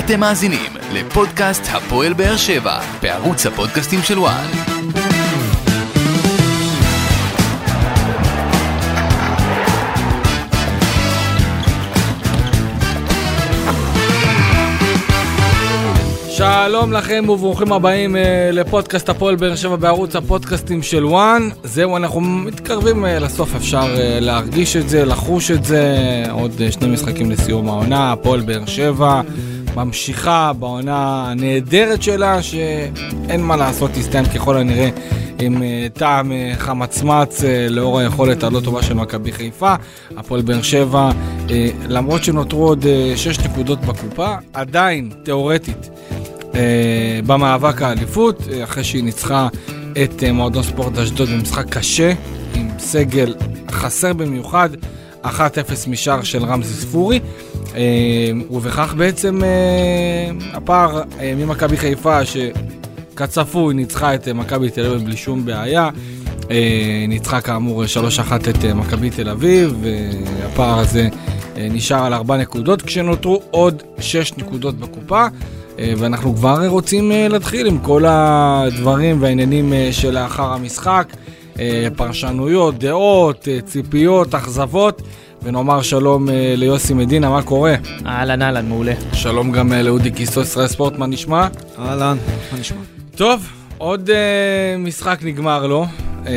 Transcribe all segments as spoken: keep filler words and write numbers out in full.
אתם מאזינים לפודקאסט הפועל באר שבע, בערוץ הפודקאסטים של וואן. שלום לכם וברוכים הבאים לפודקאסט הפועל באר שבע בערוץ הפודקאסטים של וואן. זהו, אנחנו מתקרבים לסוף, אפשר להרגיש את זה, לחוש את זה. עוד שני משחקים לסיום העונה, הפועל באר שבע ממשיכה בעונה הנהדרת שלה, שאין מה לעשות, תסתיים ככל הנראה עם טעם חמצמץ לאור היכולת הלא טובה של מכבי חיפה. הפועל באר שבע, למרות שנותרו עוד שש נקודות בקופה, עדיין תיאורטית במאבק האליפות, אחרי שהיא ניצחה את מועדון ספורט אשדוד במשחק קשה עם סגל חסר במיוחד, אחת אפס משער של רמזי ספורי, ובכך בעצם הפער ממכבי חיפה שכצפוי ניצחה את מכבי תל אביב בלי שום בעיה, ניצחה כאמור שלוש אחת את מכבי תל אביב, והפער הזה נשאר על ארבע נקודות כשנותרו עוד שש נקודות בקופה. ואנחנו כבר רוצים להתחיל עם כל הדברים והעניינים שלאחר המשחק, פרשנויות, דעות, ציפיות, אכזבות, ונאמר שלום ליוסי מדינה, מה קורה? אהלן, אהלן, מעולה. שלום גם לאודי קיסו, ישראל ספורט, מה נשמע? אהלן, מה נשמע? טוב, עוד משחק נגמר לו.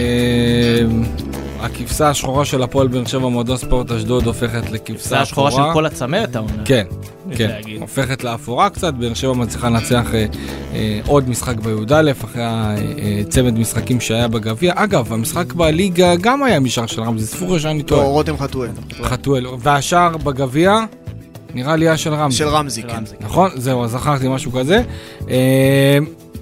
הכבשה השחורה של הפועל באר שבע מועדון ספורט אשדוד הופכת לכבשה השחורה. השחורה של כל הצמרת העונה. כן, כן. הופכת לאפורה קצת. באר שבע מצליחה לנצח אה, אה, עוד משחק בי"א אחרי הצמד משחקים שהיה בגביע. אגב, המשחק בליגה גם היה משער של רמזי ספורי שאני טועה. לא, רותם חתואל. חתואל. והשער בגביע נראה לי היה של רמזי. של רמזי, כן. נכון? זהו, זכרתי משהו כזה. אה,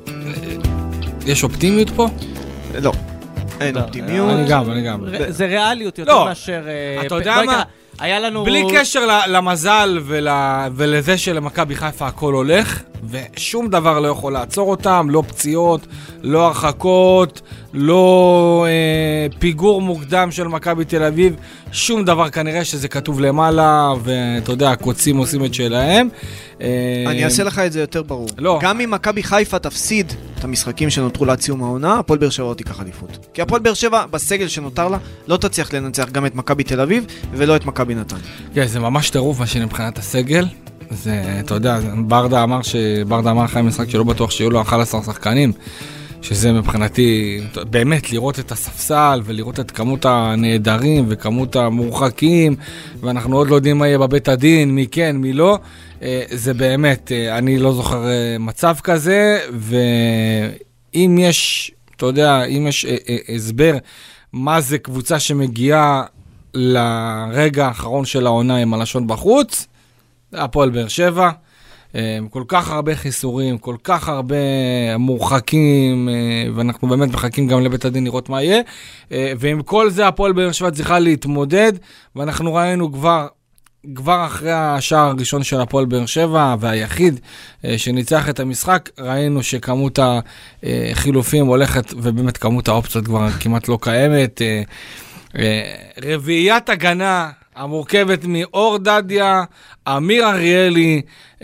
יש אופטימיות פה? לא. אין אופטימיות. אני גם, אני גם. זה ריאליות יותר מאשר... אתה יודע מה? היה לנו... בלי קשר למזל ולזה שלמכבי חיפה הכל הולך, ושום דבר לא יכול לעצור אותם, לא פציעות, לא הרחקות, לא פיגור מוקדם של מכבי תל אביב, שום דבר כנראה שזה כתוב למעלה, ואתה יודע, הקוצים עושים את שלהם. אני אעשה לך את זה יותר ברור. לא. גם אם מכבי חיפה תפסיד את המשחקים שנותרו עד סיום העונה, הפועל באר שבע לא תיקח אליפות. כי הפועל באר שבע בסגל שנותר לה לא תצליח לנצח גם את מכבי תל אביב ולא את מכבי נתניה. כן, זה ממש טירוף מה שמבחינת הסגל. זה, אתה יודע, ברדה אמר שברדה אמר אחרי המשחק שלא בטוח שיהיו לו אחת עשרה שחקנים, שזה מבחינתי באמת לראות את הספסל ולראות את כמות הנהדרים וכמות המורחקים, ואנחנו עוד לא יודעים מה יהיה בבית הדין, מי כן, מי לא. זה באמת, אני לא זוכר מצב כזה, ואם יש, אתה יודע, אם יש הסבר מה זה קבוצה שמגיעה לרגע האחרון של העונה עם הלשון בחוץ, הפועל באר שבע, כל כך הרבה חיסורים, כל כך הרבה מורחקים, ואנחנו באמת מחכים גם לבית הדין לראות מה יהיה, ועם כל זה הפועל באר שבע צריכה להתמודד, ואנחנו ראינו כבר כבר אחרי השער הראשון של הפועל באר שבע, והיחיד שניצח את המשחק, ראינו שכמות החילופים הולכת, ובאמת כמות האופציות כבר כמעט לא קיימת. רביעיית הגנה המורכבת מאור דדיה, אמיר אריאלי,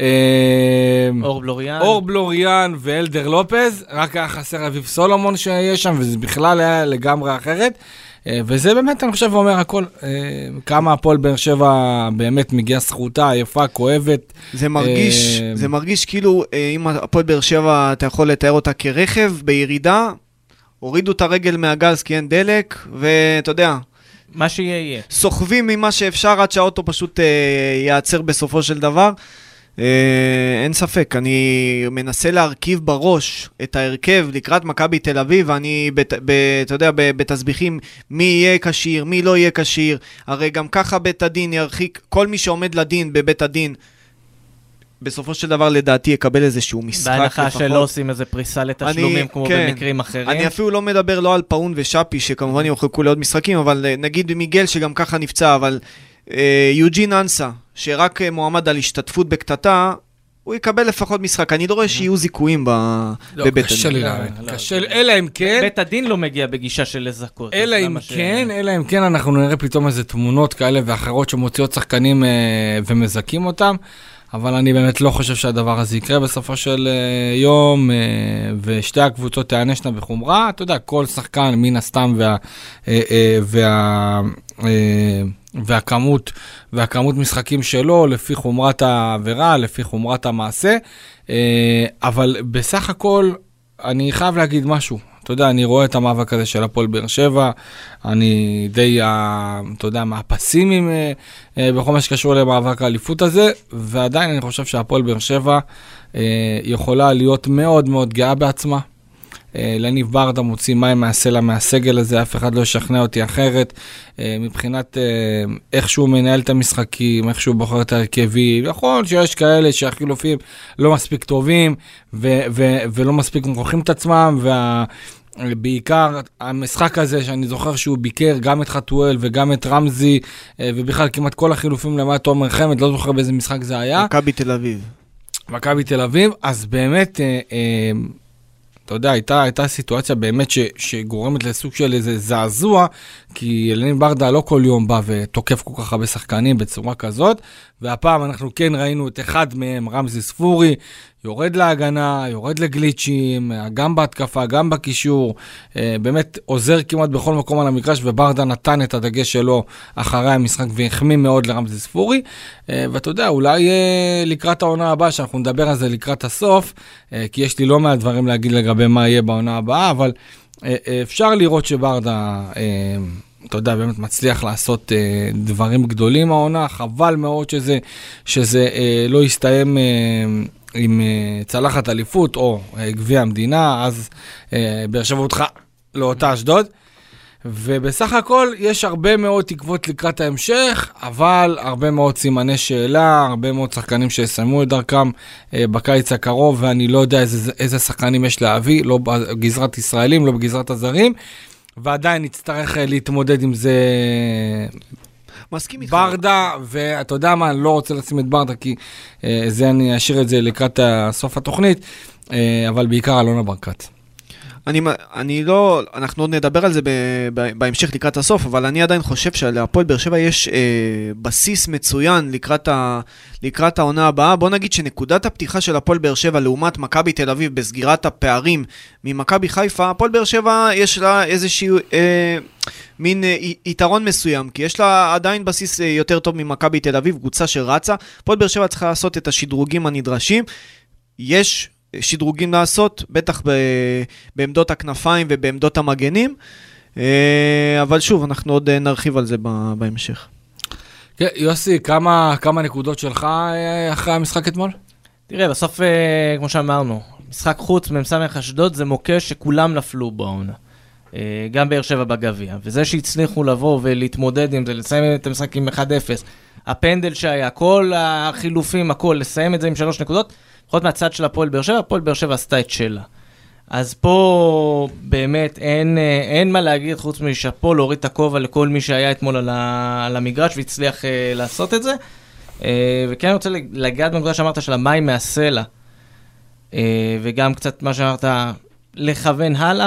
אור בלוריאן, אור בלוריאן ואלדר לופז, רק היה חסר אביב סולומון שיש שם, וזה בכלל היה לגמרי אחרת. וזה באמת, אני חושב, אומר הכל, כמה הפועל באר שבע באמת מגיעה זכותה, יפה, כואבת. זה מרגיש, זה מרגיש כאילו, אם הפועל באר שבע, אתה יכול לתאר אותה כרכב בירידה, הורידו את הרגל מהגז כי אין דלק, ואתה יודע, מה שיהיה יהיה. סוחבים ממה שאפשר עד שהאוטו פשוט ייעצר בסופו של דבר. אין ספק, אני מנסה להרכיב בראש את ההרכב לקראת מכבי תל אביב, ואני, אתה יודע, בתסביכים מי יהיה קשיר, מי לא יהיה קשיר, הרי גם ככה בית הדין ירחיק, כל מי שעומד לדין בבית הדין, בסופו של דבר לדעתי יקבל איזשהו משחק לפחות. בהנחה שלא עושים איזה פריסה לתשלומים אני, כמו כן. במקרים אחרים. אני אפילו לא מדבר לא על פאון ושאפי, שכמובן יוחקו לעוד משחקים, אבל נגיד מיגל שגם ככה נפצע, אבל אה, יוג'ין אנסה, שרק מועמד על השתתפות בקטטה, הוא יקבל לפחות משחק. אני לא רואה שיהיו זיכויים בבית הדין. קשה לי, אלא אם כן... בית הדין לא מגיע בגישה של לזכות. אלא אם כן, אלא אם כן אנחנו נראה פתאום איזה תמונות כאלה ואחרות שמוציאות שחקנים ומזכים אותם. אבל אני באמת לא חושב שהדבר הזה יקרה בסופו של יום, ושתי הקבוצות תענשנה בחומרה. אתה יודע, כל שחקן מן הסתם וה... וה... והכמות, והכמות משחקים שלו, לפי חומרת העבירה, לפי חומרת המעשה, אבל בסך הכל, אני חייב להגיד משהו. אתה יודע, אני רואה את המאבק הזה של הפועל באר שבע, אני די, אתה יודע, מהפסימיים בכל מה שקשור למאבק האליפות הזה, ועדיין אני חושב שהפועל באר שבע יכולה להיות מאוד מאוד גאה בעצמה. לניב ברדה מוציא מים מהסלע מהסגל הזה, אף אחד לא ישכנע אותי אחרת, מבחינת איך שהוא מנהל את המשחקים, איך שהוא בוחר את הרכבי, נכון שיש כאלה שהחילופים לא מספיק טובים, ו- ו- ולא מספיק מוכרחים את עצמם, ובעיקר המשחק הזה שאני זוכר שהוא ביקר גם את חתואל וגם את רמזי, ובכלל כמעט כל החילופים למעט תומר חמד, לא זוכר באיזה משחק זה היה. מכבי תל אביב. מכבי תל אביב, אז באמת... אתה יודע, הייתה, הייתה סיטואציה באמת ש, שגורמת לסוג של איזה זעזוע, כי לניב ברדה לא כל יום בא ותוקף כל כך הרבה שחקנים בצורה כזאת, והפעם אנחנו כן ראינו את אחד מהם, רמזי ספורי, יורד להגנה, יורד לגליצ'ים, גם בהתקפה, גם בקישור, באמת עוזר כמעט בכל מקום על המגרש, וברדה נתן את הדגש שלו אחרי המשחק, והחמיא מאוד לרמזי ספורי, ואתה יודע, אולי לקראת העונה הבאה, שאנחנו נדבר על זה לקראת הסוף, כי יש לי לא מעט דברים להגיד לגבי מה יהיה בעונה הבאה, אבל אפשר לראות שברדה... אתה יודע, באמת מצליח לעשות אה, דברים גדולים העונה, חבל מאוד שזה, שזה אה, לא יסתיים אה, עם אה, צלחת אליפות או אה, גביע המדינה, אז אה, באר שבע אותך לאותה אשדוד, ובסך הכל יש הרבה מאוד תקוות לקראת ההמשך, אבל הרבה מאוד סימני שאלה, הרבה מאוד שחקנים שיסיימו את דרכם אה, בקיץ הקרוב, ואני לא יודע איזה, איזה שחקנים יש להביא, לא בגזרת ישראלים, לא בגזרת הזרים, ועדיין נצטרך להתמודד עם זה מסכים איתך. ברדה, ואתה יודע מה, אני לא רוצה לשים את ברדה, כי אה, זה אני אשאיר את זה לקראת סוף התוכנית, אה, אבל בעיקר אלונה ברקת. אני, אני לא, אנחנו עוד נדבר על זה ב, ב, בהמשך לקראת הסוף, אבל אני עדיין חושב שלהפועל באר שבע יש אה, בסיס מצוין לקראת, ה, לקראת העונה הבאה. בוא נגיד שנקודת הפתיחה של הפועל באר שבע לעומת מכבי תל אביב בסגירת הפערים ממכבי חיפה, הפועל באר שבע יש לה איזשהו אה, מין אה, יתרון מסוים, כי יש לה עדיין בסיס אה, יותר טוב ממכבי תל אביב, קבוצה שרצה. הפועל באר שבע צריכה לעשות את השדרוגים הנדרשים. יש שדרוגים לעשות, בטח ב... בעמדות הכנפיים ובעמדות המגנים, אבל שוב, אנחנו עוד נרחיב על זה בהמשך. כן, יוסי, כמה, כמה נקודות שלך אחרי המשחק אתמול? תראה, בסוף, כמו שאמרנו, משחק חוץ ממסמך אשדוד זה מוקש שכולם נפלו בעונה. גם באר שבע בגביע. וזה שהצליחו לבוא ולהתמודד עם זה, לסיים את המשחק עם אחד אפס, הפנדל שהיה, כל החילופים, הכל, לסיים את זה עם שלוש נקודות, לפחות מהצד של הפועל באר שבע, הפועל באר שבע עשתה את שלה. אז פה באמת אין, אין מה להגיד חוץ משפה, להוריד את הכובע לכל מי שהיה אתמול על, ה, על המגרש והצליח אה, לעשות את זה. אה, וכן אני רוצה לגעת בנקודה שאמרת של המים מהסלע, אה, וגם קצת מה שאמרת, לכוון הלאה.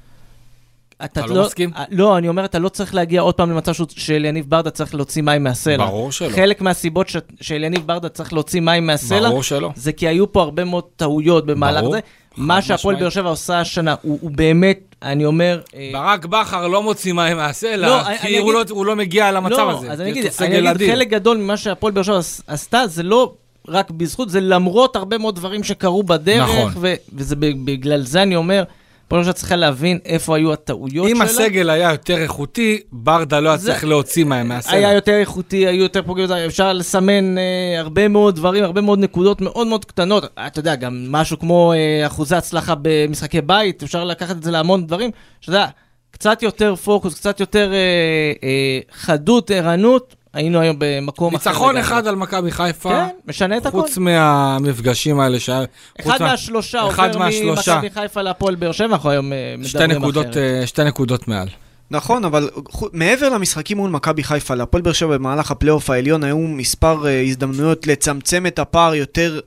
אתה לא מסכים? לא, אני אומר, אתה לא צריך להגיע עוד פעם למצב של יניב ברדה צריך להוציא מים מהסלע. ברור שלא. חלק מהסיבות של יניב ברדה צריך להוציא מים מהסלע, ברור שלא. זה כי היו פה הרבה מאוד טעויות במהלך זה. מה שהפועל באר שבע עושה השנה, הוא באמת, אני אומר... ברק בכר לא מוציא מים מהסלע, כי הוא לא מגיע למצב הזה. לא, אז אני אגיד, חלק גדול ממה שהפועל באר שבע עשתה, זה לא רק בזכות, זה למרות הרבה מאוד דברים שקרו בדרך, וזה בגלל זה אני אומר... פה לא צריכה להבין איפה היו הטעויות שלה. אם הסגל היה יותר איכותי, ברדה לא צריך להוציא מהם מהסגל. היה יותר איכותי, היו יותר פוגעים, אפשר לסמן אה, הרבה מאוד דברים, הרבה מאוד נקודות מאוד מאוד קטנות. אתה יודע, גם משהו כמו אה, אחוזי הצלחה במשחקי בית, אפשר לקחת את זה להמון דברים, שאתה יודע, קצת יותר פוקוס, קצת יותר אה, אה, חדות, ערנות, היינו היום במקום אחר. ניצחון אחד על מכבי חיפה. כן, משנה את הכל. חוץ מהמפגשים האלה שהיה... אחד מהשלושה עובר ממכבי חיפה להפועל באר שבע, אנחנו היום מדברים אחרת. שתי נקודות מעל. נכון, אבל מעבר למשחקים מול מכבי חיפה, להפועל באר שבע במהלך הפלייאוף העליון, היו מספר הזדמנויות לצמצם את הפער יותר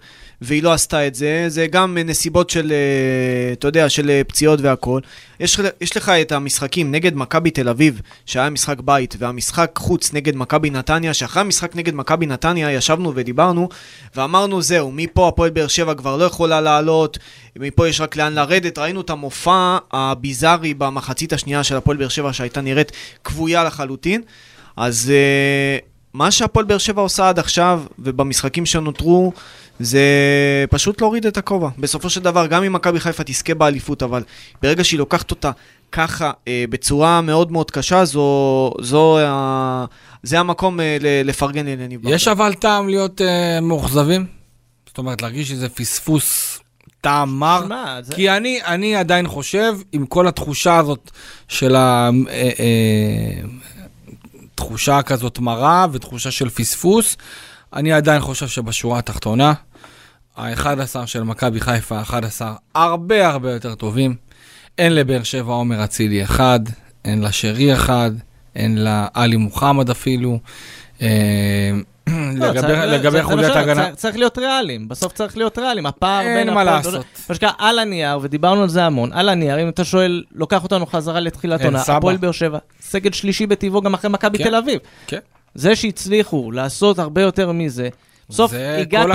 והיא לא עשתה את זה, זה גם נסיבות של, אתה יודע, של פציעות והכל. יש, יש לך את המשחקים נגד מכבי תל אביב, שהיה משחק בית, והמשחק חוץ נגד מכבי נתניה, שאחרי המשחק נגד מכבי נתניה ישבנו ודיברנו, ואמרנו זהו, מפה הפועל באר שבע כבר לא יכולה לעלות, מפה יש רק לאן לרדת, ראינו את המופע הביזארי במחצית השנייה של הפועל באר שבע, שהייתה נראית כבויה לחלוטין, אז מה שהפועל באר שבע עושה עד עכשיו, ובמשחקים שנותרו, זה פשוט להוריד את הכובע. בסופו של דבר, גם אם מכבי חיפה תזכה באליפות, אבל ברגע שהיא לוקחת אותה ככה, אה, בצורה מאוד מאוד קשה, זו, זו, אה, זה המקום אה, לפרגן לענייני ברדה. יש אבל טעם להיות אה, מאוכזבים? זאת אומרת, להרגיש שזה פספוס טעם מר? שמה, זה... כי אני, אני עדיין חושב, עם כל התחושה הזאת של ה... אה, אה, תחושה כזאת מרה ותחושה של פספוס, אני עדיין חושב שבשורה התחתונה, ה-אחד עשר של מכבי חיפה, ה-אחד עשר הרבה הרבה יותר טובים. אין לבאר שבע עומר אצילי אחד, אין לה שרי אחד, אין לה אלי מוחמד אפילו. לגבי חוליית הגנה. צריך להיות ריאליים, בסוף צריך להיות ריאליים. הפער בין... אין מה לעשות. פשוט על הנייר, ודיברנו על זה המון, על הנייר, אם אתה שואל, לוקח אותנו חזרה לתחילת עונה, הפועל באר שבע, סגל שלישי בטבעו גם אחרי מכבי תל אביב. כן. זה שהצליחו לעשות הרבה יותר מזה, בסוף הגעת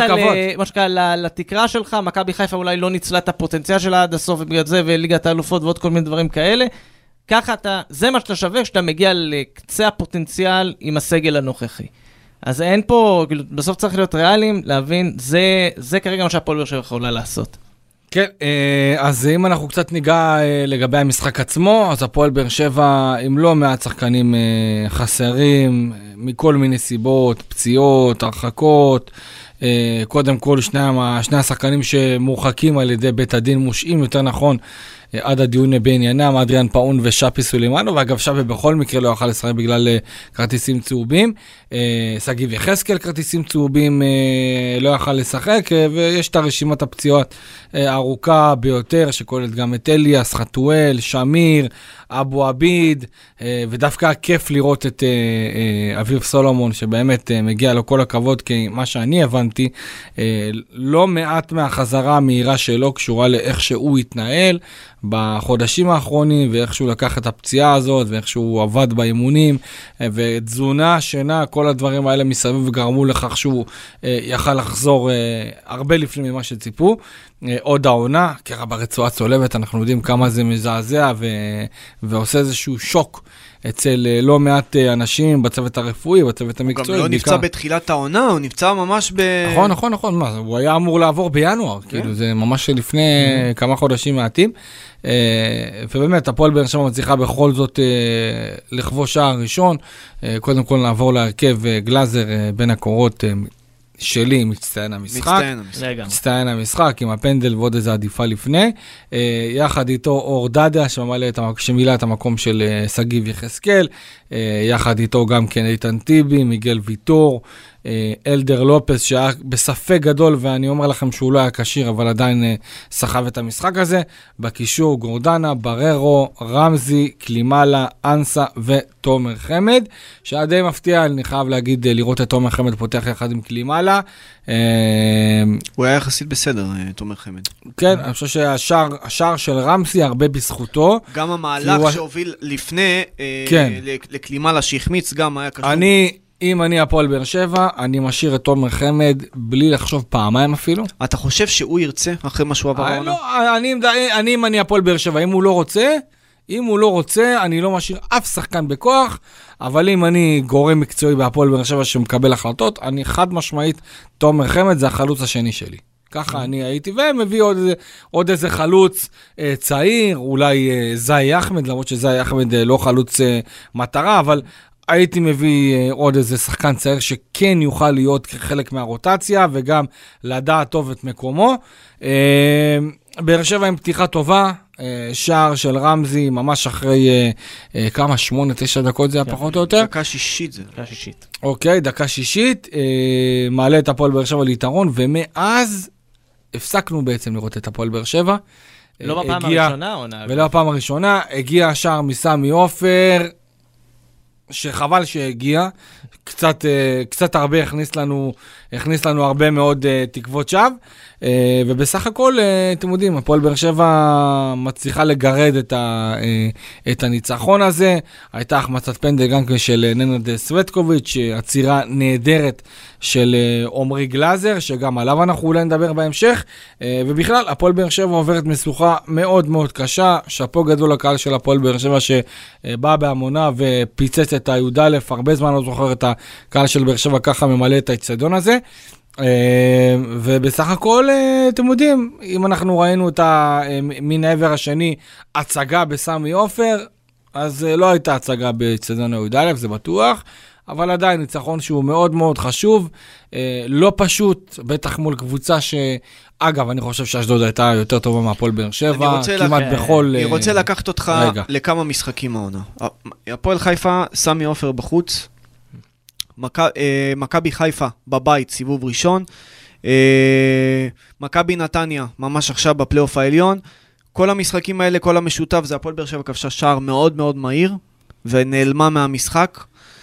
לתקרה שלך, מכבי חיפה אולי לא ניצלה את הפוטנציאל שלה עד הסוף, ובגלל זה וליגת האלופות ועוד כל מיני דברים כאלה, ככה אתה, זה מה שאתה שווה, שאתה מגיע לקצה הפוטנציאל עם הסגל הנוכחי. אז אין פה, בסוף צריך להיות ריאליים, להבין, זה, זה כרגע מה שהפועל באר שבע יכולה לעשות. כן, אז אם אנחנו קצת ניגע לגבי המשחק עצמו, אז הפועל באר שבע עם לא מעט שחקנים חסרים, מכל מיני סיבות, פציעות, הרחקות, קודם כל שני, שני השחקנים שמורחקים על ידי בית הדין מושעים, יותר נכון, עד הדיון בעניינם, אדריאן פאון ושפי סולימאנו, ואגב שפי בכל מקרה לא יוכל לשחק בגלל כרטיסים צהובים, סגיב יחזקאל כרטיסים צהובים לא יוכל לשחק, ויש את הרשימת הפציעות הארוכה ביותר, שכוללת גם את אליאס, חתואל, שמיר, אבו עביד, ודווקא כיף לראות את אביב סולומון, שבאמת מגיע לו כל הכבוד, כי מה שאני הבנתי, לא מעט מהחזרה המהירה שלו קשורה לאיך שהוא התנהל בחודשים האחרונים, ואיך שהוא לקח את הפציעה הזאת, ואיך שהוא עבד באימונים, ותזונה, שינה, כל הדברים האלה מסביב וגרמו לכך שהוא יכל לחזור הרבה לפני ממה שציפו. עוד העונה, ככה ברצועה צולבת, אנחנו יודעים כמה זה מזעזע ו... ועושה איזשהו שוק אצל לא מעט אנשים בצוות הרפואי, בצוות המקצועי. הוא גם לא נפצע בתחילת העונה, הוא נפצע ממש ב... נכון, נכון, נכון, מה, הוא היה אמור לעבור בינואר, כאילו זה ממש לפני כמה חודשים מעטים, ובאמת הפועל באר שבע מצליחה בכל זאת לכבוש שער ראשון, קודם כל נעבור להרכב גלאזר בין הקורות, שלי מצטיין המשחק, מצטיין המשחק עם הפנדל ועוד איזה עדיפה לפני, יחד איתו אור דדה שמילא את המקום של סגיב יחזקאל, יחד איתו גם כן איתן טיבי, מיגל ויטור, אלדר לופס שהיה בספק גדול, ואני אומר לכם שהוא לא היה קשיר, אבל עדיין סחב את המשחק הזה, בקישור גורדנה, בררו, רמזי, קלימלה, אנסה ותומר חמד, שהיה די מפתיע, אני חייב להגיד, לראות את תומר חמד פותח יחד עם קלימלה. הוא היה יחסית בסדר, תומר חמד. כן, אני חושב שהשער של רמזי הרבה בזכותו. גם המהלך שהוביל לפני לקלימלה שהחמיץ גם היה קשור. אני... אם אני הפועל באר שבע, אני משאיר את תומר חמד בלי לחשוב פעמיים אפילו. אתה חושב שהוא ירצה אחרי מה שהוא עבר העונה? לא, אני, אני, אם אני הפועל באר שבע, אם הוא לא רוצה, אם הוא לא רוצה, אני לא משאיר אף שחקן בכוח, אבל אם אני גורם מקצועי בהפועל באר שבע שמקבל החלטות, אני חד משמעית, תומר חמד זה החלוץ השני שלי. ככה אני הייתי, ומביא עוד, עוד איזה חלוץ אה, צעיר, אולי אה, זאי אחמד, למרות שזאי אחמד אה, לא חלוץ אה, מטרה, אבל... הייתי מביא עוד איזה שחקן צעיר שכן יוכל להיות חלק מהרוטציה, וגם לדעת טוב את מקומו. באר שבע עם פתיחה טובה, שער של רמזי, ממש אחרי כמה, שמונה, תשע דקות זה היה פחות או יותר. דקה שישית זה. דקה שישית. אוקיי, דקה שישית, מעלה את הפועל באר שבע ליתרון, ומאז הפסקנו בעצם לראות את הפועל באר שבע. לא בפעם הראשונה, עונה. ולא בפעם הראשונה, הגיע השער מסמי עופר, שחבל שהגיע, קצת, קצת הרבה הכניס לנו הכניס לנו הרבה מאוד uh, תקוות שווא, uh, ובסך הכל, uh, אתם יודעים, הפועל באר שבע מצליחה לגרד את, ה, uh, את הניצחון הזה, הייתה החמצת פנדל גם של ננד סווטקוביץ', עצירה נהדרת של עומרי גלאזר, שגם עליו אנחנו אולי נדבר בהמשך, uh, ובכלל, הפועל באר שבע עוברת מסוכה מאוד מאוד קשה, שפו גדול לקהל של הפועל באר שבע שבא בהמונה ופיצץ את הי"א, הרבה זמן לא זוכר את הקהל של באר שבע ככה ממלא את האצטדיון הזה, ובסך הכל, אתם יודעים, אם אנחנו ראינו את מן העבר השני הצגה בסמי עופר, אז לא הייתה הצגה באצטדיון הי"א, זה בטוח, אבל עדיין ניצחון שהוא מאוד מאוד חשוב, לא פשוט, בטח מול קבוצה ש... אגב, אני חושב שאשדוד הייתה יותר טובה מהפועל באר שבע, כמעט בכל... אני רוצה לקחת אותך לכמה משחקים העונה. הפועל חיפה, סמי עופר בחוץ, מכבי חיפה בבית, סיבוב ראשון, מכבי נתניה, ממש עכשיו בפלייאוף העליון, כל המשחקים האלה, כל המשותף, זה הפועל באר שבע כבשה שער מאוד מאוד מהיר, ונעלמה מהמשחק,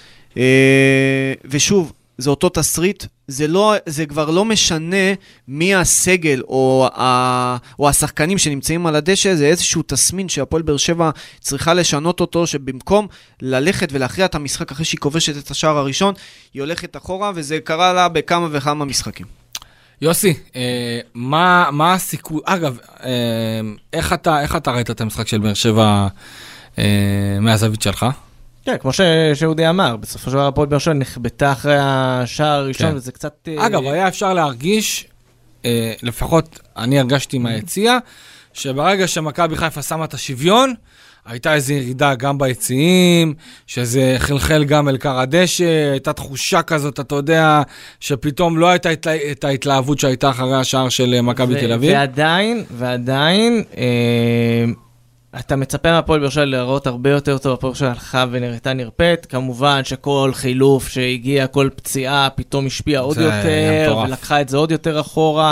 ושוב, זה אותו תסריט, זה, לא, זה כבר לא משנה מי הסגל או, ה, או השחקנים שנמצאים על הדשא, זה איזשהו תסמין שהפועל באר שבע צריכה לשנות אותו, שבמקום ללכת ולהכריע את המשחק אחרי שהיא כובשת את השער הראשון, היא הולכת אחורה, וזה קרה לה בכמה וכמה משחקים. יוסי, אה, מה, מה הסיכוי, אגב, אה, איך, אתה, איך אתה ראית את המשחק של באר שבע אה, מהזווית שלך? כן, כמו שאודי אמר, בסופו של דבר הפועל באר שבע נחבטה אחרי השער הראשון, וזה קצת... אגב, היה אפשר להרגיש, לפחות אני הרגשתי מהיציאה, שברגע שמכבי חיפה שמה את השוויון, הייתה איזו ירידה גם ביציאים, שזה חלחל גם אל קר הדשא, הייתה תחושה כזאת, אתה יודע, שפתאום לא הייתה את ההתלהבות שהייתה אחרי השער של מכבי תל אביב. ועדיין, ועדיין... אתה מצפה מהפועל באר שבע לראות הרבה יותר טוב, הפועל באר שבע הלכה ונראתה נרפאת, כמובן שכל חילוף שהגיע, כל פציעה, פתאום השפיעה עוד יותר, ולקחה את זה עוד יותר אחורה,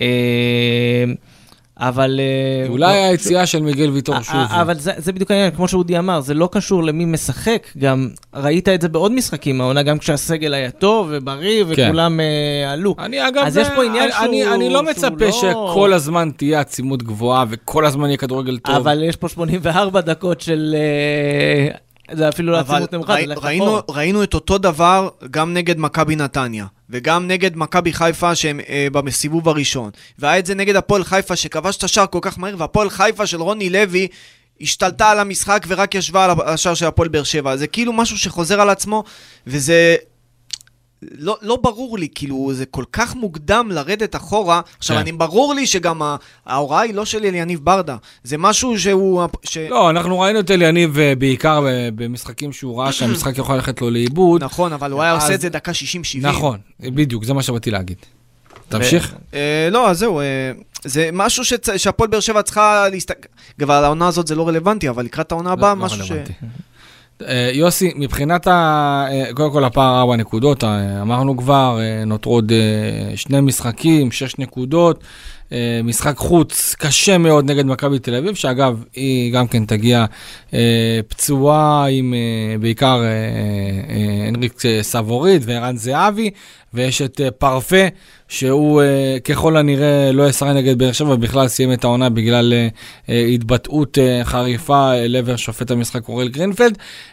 אבל... אולי היציאה של מיגל ויטור שוב. אבל זה בדיוק העניין, כמו שאודי אמר, זה לא קשור למי משחק, גם ראית את זה בעוד משחקים, העונה גם כשהסגל היה טוב ובריא, וכולם עלו. אני אגב, אני לא מצפה שכל הזמן תהיה עצימות גבוהה, וכל הזמן יהיה כדורגל טוב. אבל יש פה שמונים וארבע דקות של... זה אפילו לא עצימות נמוכה. ראינו את אותו דבר גם נגד מכבי נתניה. וגם נגד מכבי חיפה שהם אה, בסיבוב הראשון. והיה את זה נגד הפועל חיפה שכבש את השער כל כך מהר, והפועל חיפה של רוני לוי השתלטה על המשחק ורק ישבה על השער של הפועל באר שבע. זה כאילו משהו שחוזר על עצמו, וזה לא, לא ברור לי, כאילו זה כל כך מוקדם לרדת אחורה. עכשיו אני ברור לי שגם ההוראה היא לא של אליניב ברדה, זה משהו שהוא... ש... לא, אנחנו ראינו את אליניב בעיקר במשחקים שהוא ראה שהמשחק יכול ללכת לו לאיבוד. נכון, אבל הוא היה עושה את זה דקה שישים שבעים. נכון, בדיוק, זה מה שבאתי להגיד. תמשיך? לא, אז זהו, זה משהו שהפועל באר שבע צריכה להסתכל, כבר העונה הזאת זה לא רלוונטי, אבל לקראת העונה הבאה משהו ש... יוסי, מבחינת, קודם כל הפער ארבע נקודות, אמרנו כבר, נותרו עוד שני משחקים, שש נקודות, משחק חוץ קשה מאוד נגד מכבי תל אביב, שאגב, היא גם כן תגיע פצועה עם בעיקר אנריק סבורית וערן זהבי, ויש את פרפה, שהוא ככל הנראה לא ישחק נגד באר שבע, ובכלל סיים את העונה בגלל התבטאות חריפה לעבר שופט המשחק אוראל גרינפלד.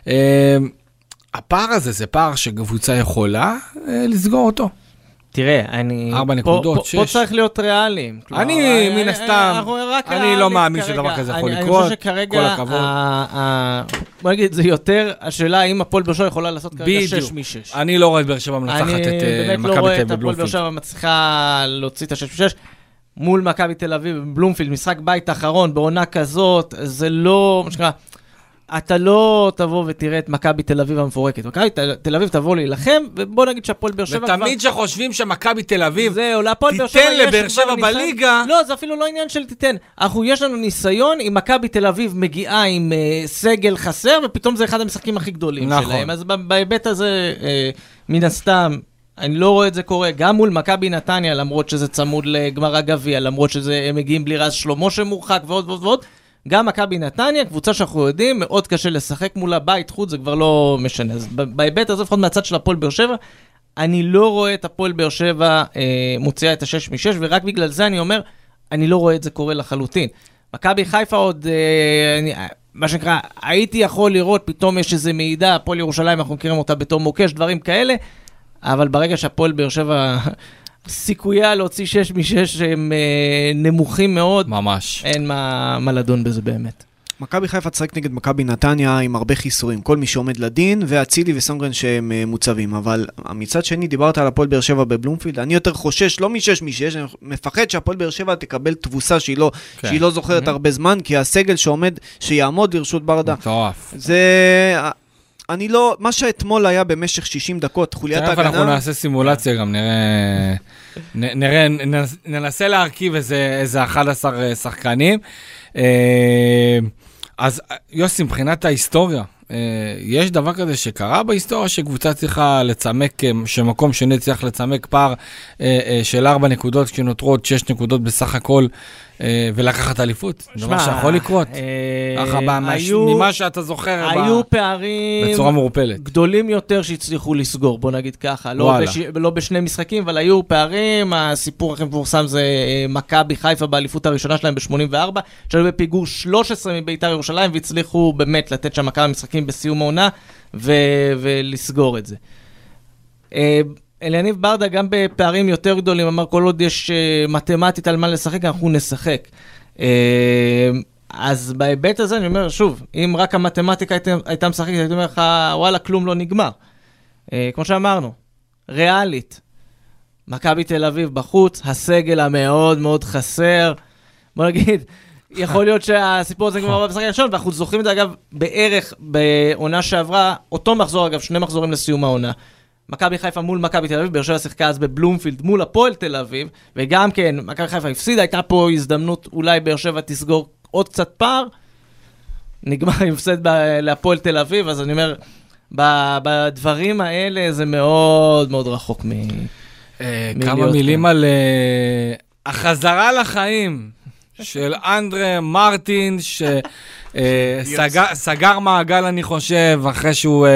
הפער הזה זה פער שקבוצה יכולה לסגור אותו. תראה, אני... ארבע נקודות, שש. פה צריך להיות ריאליים. אני, מן הסתם, אני לא מאמין שדבר כזה יכול לקרות. אני חושב שכרגע, בוא נגיד, זה יותר, השאלה האם הפועל באר שבע יכולה לעשות כרגע שש משש. אני לא רואה את באר שבע מנצחת את מכבי תל אביב בבלומפילד. אני באמת לא רואה את הפועל באר שבע מצליחה להוציא את השש משש. מול מכבי תל אביב בבלומפילד, משחק בית האחרון, בעונה כזאת, זה לא, מה שקרה, אתה לא תבוא ותראה את מכבי תל אביב המפורקת. מכבי תל אביב תבוא להילחם, ובוא נגיד שהפועל באר שבע... ותמיד שחושבים שמכבי תל אביב תיתן לבאר שבע בליגה... לא, זה אפילו לא עניין של תיתן. אנחנו, יש לנו ניסיון, אם מכבי תל אביב מגיעה עם uh, סגל חסר, ופתאום זה אחד המשחקים הכי גדולים נכון. שלהם. אז בהיבט הזה, uh, מן הסתם, אני לא רואה את זה קורה. גם מול מכבי נתניה, למרות שזה צמוד לגמר הגביע, למרות שהם מגיעים בלי רז שלמה שמורחק ועוד ועוד ועוד. גם מכבי נתניה, קבוצה שאנחנו יודעים, מאוד קשה לשחק מולה, בית חוץ, זה כבר לא משנה. אז בהיבט הזה, לפחות מהצד של הפועל באר שבע, אני לא רואה את הפועל באר שבע אה, מוציאה את השש משש, ורק בגלל זה אני אומר, אני לא רואה את זה קורה לחלוטין. מכבי חיפה עוד, אה, אני, מה שנקרא, הייתי יכול לראות, פתאום יש איזה מידע, הפועל ירושלים, אנחנו מכירים אותה בתור מוקש, דברים כאלה, אבל ברגע שהפועל באר שבע, סיכויה להוציא שש משש הם אה, נמוכים מאוד. ממש. אין מה, מה לדון בזה באמת. מכבי חיפה תשחק נגד מכבי נתניה עם הרבה חיסורים, כל מי שעומד לדין, ואצילי וסונגרן שהם מוצבים. אבל מצד שני, דיברת על הפועל באר שבע בבלומפילד, אני יותר חושש, לא משש משש, אני מפחד שהפועל באר שבע תקבל תבוסה שהיא לא, כן. שהיא לא זוכרת mm-hmm. הרבה זמן, כי הסגל שעומד, שיעמוד לרשות ברדה. מטורף. זה... אני לא... מה שאתמול היה במשך שישים דקות, חוליית הגנה... אנחנו נעשה סימולציה גם, נראה... נראה, ננסה להרכיב איזה, איזה אחד עשר שחקנים. אז יוסי, מבחינת ההיסטוריה, יש דבר כזה שקרה בהיסטוריה שקבוצה צריכה לצמק, שמקום שני צריך לצמק פער של ארבע נקודות, כשנותרו עוד שש נקודות בסך הכל, ולקחת אליפות. דבר שיכול לקרות. ממה שאתה זוכר היו פערים בצורה מעורפלת. גדולים יותר שהצליחו לסגור, בוא נגיד ככה. לא בשני משחקים, אבל היו פערים. הסיפור הכי מפורסם זה מכבי חיפה באליפות הראשונה שלהם ב-שמונים וארבע, שהיו בפיגור שלוש עשרה מביתר ירושלים, והצליחו באמת לתת שם כמה משחקים בסיום העונה, ולסגור את זה. אליניב ברדה גם בפערים יותר גדולים, אמר כל עוד יש מתמטית על מה לשחק, אנחנו נשחק. אז בהיבט הזה אני אומר, שוב, אם רק המתמטיקה הייתה משחקת, הייתי אומר לך, וואלה, כלום לא נגמר. כמו שאמרנו, ריאלית, מכבי תל אביב בחוץ, הסגל המאוד מאוד חסר, בוא נגיד, יכול להיות שהסיפור הזה כבר במשחק הראשון, ואנחנו זוכרים את זה אגב בערך בעונה שעברה, אותו מחזור אגב, שני מחזורים לסיום העונה. מכבי חיפה מול מכבי תל אביב, באר שבע שיחקה אז בבלומפילד מול הפועל תל אביב, וגם כן, מכבי חיפה הפסידה, הייתה פה הזדמנות, אולי באר שבע תסגור עוד קצת פער, נגמר עם הפסד להפועל תל אביב, אז אני אומר, בדברים האלה זה מאוד מאוד רחוק מ... כמה מילים על החזרה לחיים של אנדרה מרטין, ש... סגר מעגל אני חושב, אחרי שהוא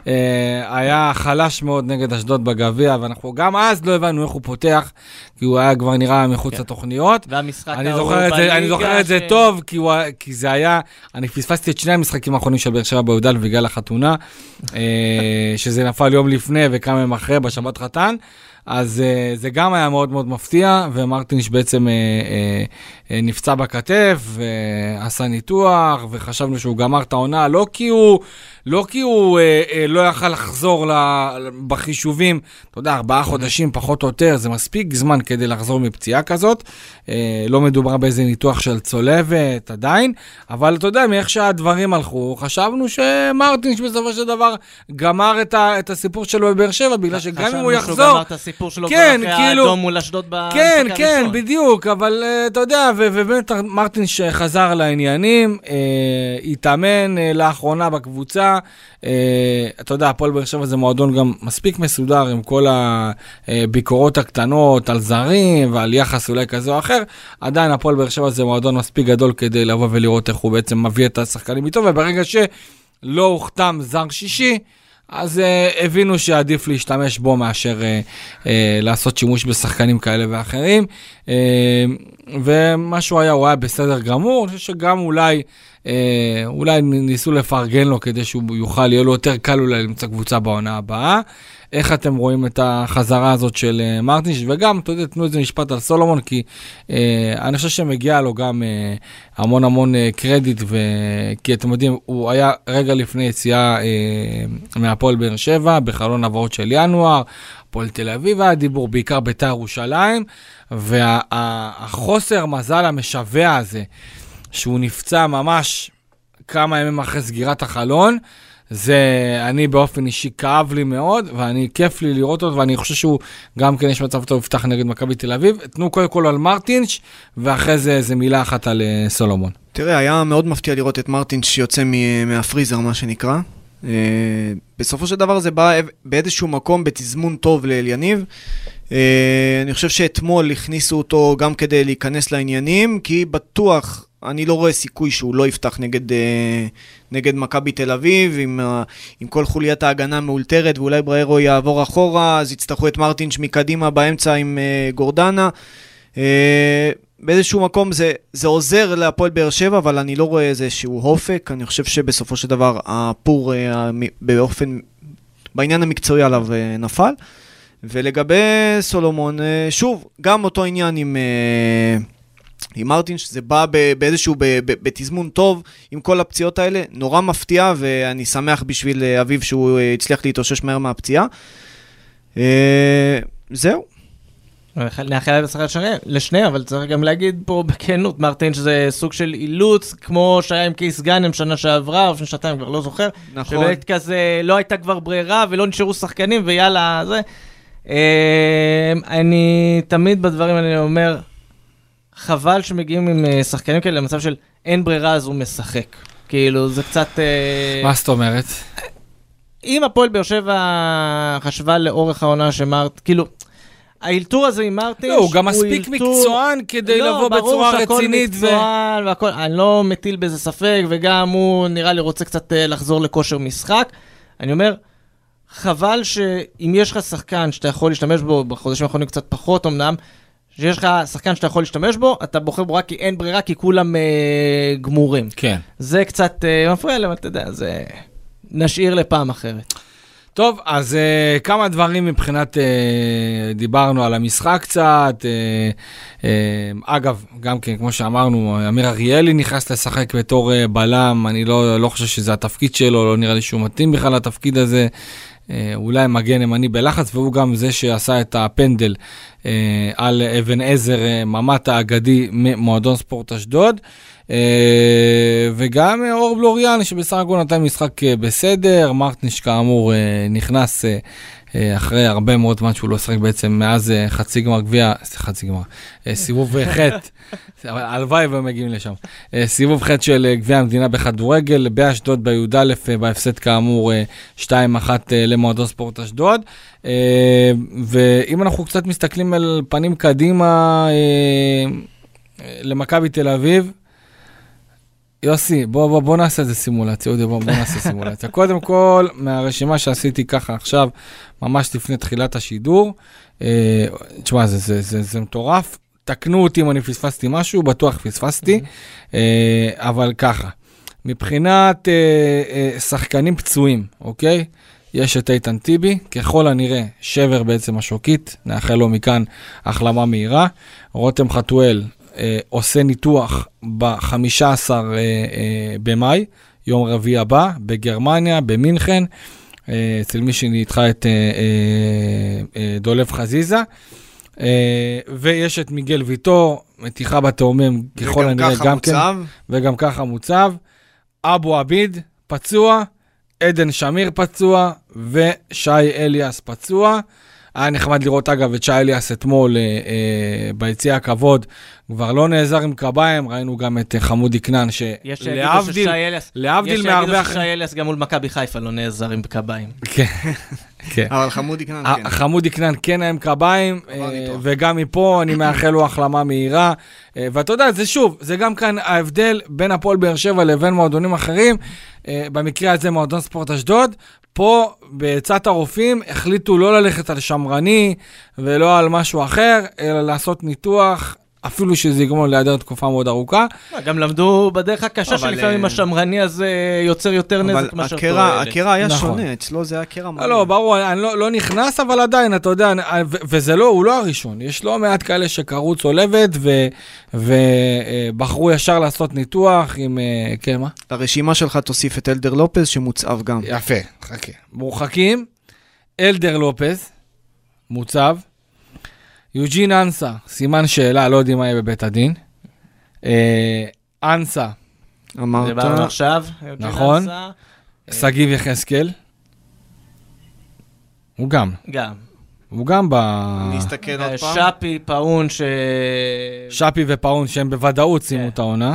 היה חלש מאוד נגד אשדוד בגביע, ואנחנו גם אז לא הבנו איך הוא פותח, כי הוא היה כבר נראה מחוץ לתוכניות. והמשחק אני זוכר את זה טוב, כי זה היה, אני פספסתי את שני המשחקים האחרונים של באר שבע בי"ד בגלל החתונה, שזה נפל יום לפני וכמה ימים אחרי בשבת חתן, אז uh, זה גם היה מאוד מאוד מפתיע, ומרטינש בעצם uh, uh, uh, נפצע בכתף, ועשה ניתוח, וחשבנו שהוא גמר את העונה, לא כי הוא, לא כי הוא uh, uh, לא יכל לחזור ל- בחישובים, אתה יודע, ארבעה חודשים פחות או יותר, זה מספיק זמן כדי לחזור מפציעה כזאת, uh, לא מדובר באיזה ניתוח של צולבת עדיין, אבל אתה יודע, מאיך שהדברים הלכו, חשבנו שמרטינש בסופו של דבר גמר את, ה- את הסיפור שלו בבאר שבע, בגלל שגם אם הוא יחזור, הסיפור שלו כן, אחרי כאילו, האדום מול אשדוד במשחק כן, הראשון. כן, בדיוק, אבל uh, אתה יודע, ו- ובאמת מרטין שחזר לעניינים, uh, התאמן uh, לאחרונה בקבוצה, uh, אתה יודע, הפועל באר שבע זה מועדון גם מספיק מסודר עם כל הביקורות הקטנות על זרים ועל יחס אולי כזה או אחר, עדיין הפועל באר שבע זה מועדון מספיק גדול כדי לבוא ולראות איך הוא בעצם מביא את השחקנים איתו, וברגע שלא הוחתם זר שישי, אז uh, הבינו שעדיף להשתמש בו מאשר uh, uh, לעשות שימוש בשחקנים כאלה ואחרים, uh, ומשהו היה, הוא היה בסדר גמור, אני חושב שגם אולי, uh, אולי ניסו לפרגן לו כדי שהוא יוכל, יהיה לו יותר קל אולי למצוא קבוצה בעונה הבאה. איך אתם רואים את החזרה הזאת של uh, מרטינש, וגם, אתה יודע, תנו איזה משפט על סולומון, כי uh, אני חושב שמגיע לו גם uh, המון המון uh, קרדיט, ו... כי אתם יודעים, הוא היה רגע לפני יציאה uh, מהפועל באר שבע, בחלון העברות של ינואר, הפועל תל אביב, היה דיבור בעיקר בית"ר ירושלים, והחוסר מזל המשווע הזה, שהוא נפצע ממש כמה ימים אחרי סגירת החלון, זה אני באופן אישי כאב לי מאוד, ואני כיף לי לראות אותו, ואני חושב שהוא גם כן יש מצב טוב יפתח נגד מכבי תל אביב. תנו קודם כל על מרטינש, ואחרי זה זה מילה אחת על uh, סולומון. תראה, היה מאוד מפתיע לראות את מרטינש שיוצא מהפריזר, מה שנקרא. Uh, בסופו של דבר זה בא באיזשהו מקום בתזמון טוב לאליניב. Uh, אני חושב שאתמול הכניסו אותו גם כדי להיכנס לעניינים, כי בטוח אני לא רואה סיכוי שהוא לא יפתח נגד, נגד מכבי תל אביב, עם, עם כל חוליית ההגנה מאולתרת, ואולי בריירו יעבור אחורה, אז יצטרכו את מרטינש מקדימה באמצע עם גורדנה. באיזשהו מקום זה, זה עוזר להפועל באר שבע, אבל אני לא רואה איזשהו הופק. אני חושב שבסופו של דבר הפור באופן, בעניין המקצועי עליו נפל. ולגבי סולומון, שוב, גם אותו עניין עם, עם מרטינש, זה בא באיזשהו, בתזמון טוב, עם כל הפציעות האלה, נורא מפתיע, ואני שמח בשביל אביב שהוא הצליח להתאושש מהר מהפציעה. זהו. נאחל לשני, אבל צריך גם להגיד פה בכנות, מרטינש זה סוג של אילוץ, כמו שהיה עם קייס גאנם שנה שעברה, או לפני שנתיים, כבר לא זוכר. נכון. שבאמת כזה לא הייתה כבר ברירה, ולא נשארו שחקנים, ויאללה, זה... אני תמיד בדברים אני אומר, חבל שמגיעים עם שחקנים כאלה למצב של אין ברירה אז הוא משחק. כאילו זה קצת... מה זאת אומרת? אם הפועל באר שבע חשבה לאורך העונה שמרט, כאילו, האילתור הזה עם מרטינש... לא, הוא גם מספיק מקצוען כדי לבוא בצורה רצינית. לא, ברור שהכל מקצוען והכל, אני לא מטיל בזה ספק, וגם הוא נראה לי רוצה קצת לחזור לכושר משחק. אני אומר... חבל שאם יש לך שחקן שאתה יכול להשתמש בו, בחודשים האחרונים קצת פחות אמנם, שיש לך שחקן שאתה יכול להשתמש בו, אתה בוחר בו רק כי אין ברירה, כי כולם אה, גמורים. כן. זה קצת אה, מפריע להם, אתה יודע, זה נשאיר לפעם אחרת. טוב, אז uh, כמה דברים מבחינת, uh, דיברנו על המשחק קצת, uh, uh, אגב, גם כן, כמו שאמרנו, אמיר אריאלי נכנס לשחק בתור uh, בלם, אני לא, לא חושב שזה התפקיד שלו, לא נראה לי שהוא מתאים בכלל לתפקיד הזה, uh, אולי מגן ימני בלחץ, והוא גם זה שעשה את הפנדל uh, על אבן עזר, uh, ממ"ט האגדי ממועדון ספורט אשדוד, Uh, וגם uh, אור בלוריאן שבסך הכל נתן משחק uh, בסדר, מרטינש כאמור uh, נכנס uh, uh, אחרי הרבה מאוד זמן שהוא לא שחק בעצם מאז uh, חצי גמר גביע, חצי גמר, uh, סיבוב חטא, אבל הלוואי ומגיעים לשם, uh, סיבוב חטא של uh, גביע המדינה בכדורגל, באשדוד בי"א uh, בהפסד כאמור uh, שתיים אחת uh, למועדון ספורט אשדוד, uh, ואם אנחנו קצת מסתכלים על פנים קדימה uh, uh, למכבי תל אביב, יוסי, בוא, בוא, בוא נעשה איזה סימולציה, בוא, בוא נעשה סימולציה. קודם כל, מהרשימה שעשיתי ככה עכשיו, ממש לפני תחילת השידור, אה, תשמע, זה, זה, זה, זה מטורף, תקנו אותי אם אני פספסתי משהו, בטוח פספסתי, אה, אבל ככה, מבחינת אה, אה, שחקנים פצועים, אוקיי? יש את איתן טיבי, ככל הנראה שבר בעצם השוקית, נאחל לו מכאן החלמה מהירה, רותם חתואל, עושה ניתוח ב-חמישה עשר במאי, יום רביעי הבא, בגרמניה, במינכן, אצל מי שנדחה את דולב חזיזה, ויש את מיגל ויטור, מתיחה בתאומים, ככל הנראה גם כן, וגם ככה מוצב, אבו עביד פצוע, עדן שמיר פצוע, ושי אליאס פצוע, היה נחמד לראות אגב את שי אליאס אתמול אה, אה, ביציע הכבוד, כבר לא נעזר עם קביים, ראינו גם את חמודי כנען, שלהבדיל מהרבה... יש שי אליאס גם מול מכבי חיפה לא נעזר עם קביים. כן, כן. אבל חמודי כנען כן. חמודי כנען כן היה עם קביים, וגם מפה אני מאחל לו החלמה מהירה, ואתה יודע, זה שוב, זה גם כאן ההבדל בין הפועל באר שבע לבין מועדונים אחרים, במקרה הזה מועדון ספורט אשדוד, פה בצד הרופאים החליטו לא ללכת על שמרני ולא על משהו אחר, אלא לעשות ניתוח, אפילו שזה יגמור להיעדר תקופה מאוד ארוכה. גם למדו בדרך הקשה שלפעמים השמרני הזה יוצר יותר נזק מאשר תועלת. אבל הקרע היה שונה, אצלו זה היה קרע מלא. לא, ברור, אני לא נכנס, אבל עדיין, אתה יודע, וזה לא, הוא לא הראשון. יש לא מעט כאלה שקראו צולבת ובחרו ישר לעשות ניתוח עם, כן, מה? לרשימה שלך תוסיף את אלדר לופז שמוצב גם. יפה, חכה. מורחקים, אלדר לופז, מוצב, יוג'ין אנסה, סימן שאלה, לא יודעים מה יהיה בבית הדין. אנסה. אמרת. דיברנו עכשיו. נכון. סגיב יחזקאל. הוא גם. גם. הוא גם ב... נסתכל עוד פעם. שפי, פאון, ש... שפי ופאון שהם בוודאות שימו את העונה.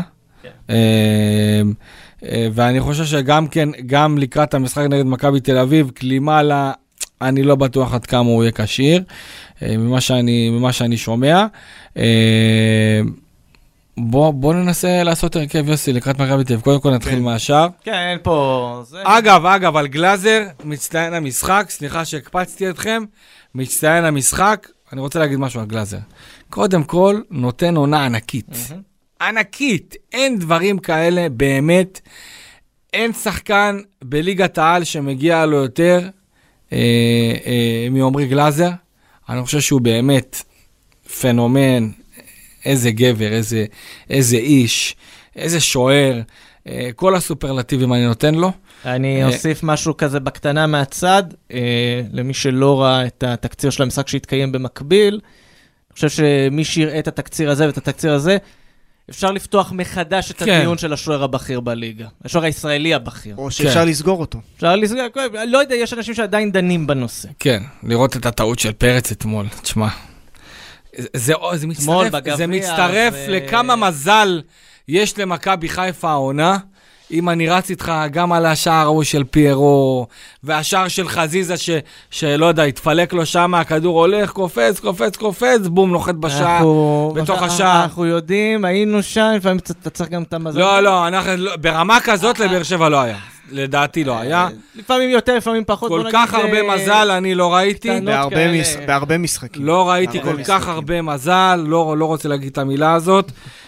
ואני חושב שגם כן, גם לקראת המשחק נגד מכבי תל אביב, קלימה לה... אני לא בטוח עד כמה הוא יהיה קשיר, ממה שאני, ממה שאני שומע. בוא, בוא ננסה לעשות הרכב יוסי לקראת מכבי תל אביב. קודם כל נתחיל מהשאר. כן, אין פה... זה... אגב, אגב, על גלאזר, מצטיין המשחק, סליחה שהקפצתי אתכם, מצטיין המשחק, אני רוצה להגיד משהו על גלאזר. קודם כל, נותן עונה ענקית. Mm-hmm. ענקית. אין דברים כאלה, באמת. אין שחקן בליגת העל שמגיע לו יותר אה, אה, מעומרי גלאזר. אני חושב שהוא באמת פנומן, איזה גבר, איזה, איזה איש, איזה שוער, אה, כל הסופרלטיבים אני נותן לו. אני אוסיף משהו כזה בקטנה מהצד, אה, למי שלא ראה את התקציר של המשחק שהתקיים במקביל, אני חושב שמי שיראה את התקציר הזה ואת התקציר הזה, אפשר לפתוח מחדש את כן. הדיון של השוער הבכיר בליגה, השוער הישראלי הבכיר. או שאפשר כן. לסגור אותו. אפשר לסגור, לא יודע, יש אנשים שעדיין דנים בנושא. כן, לראות את הטעות של פרץ אתמול, תשמע. זה, זה מצטרף, בגביע, זה מצטרף זה... לכמה מזל יש למכבי חיפה העונה, אם אני רץ איתך גם על השער ההוא של פיירו, והשער של חזיזה ש, שלא יודע, התפלק לו שם, הכדור הולך, קופץ, קופץ, קופץ, בום, נוחת בשער, אנחנו... בתוך השער. אנחנו יודעים, היינו שם, לפעמים אתה צריך גם את המזל. לא, לא, אנחנו, ברמה כזאת לבאר שבע לא היה. לדעתי לא היה. לפעמים יותר, לפעמים פחות. כל כך הרבה מזל אני לא ראיתי. בהרבה משחקים. לא ראיתי כל כך הרבה מזל, לא רוצה להגיד את המילה הזאת,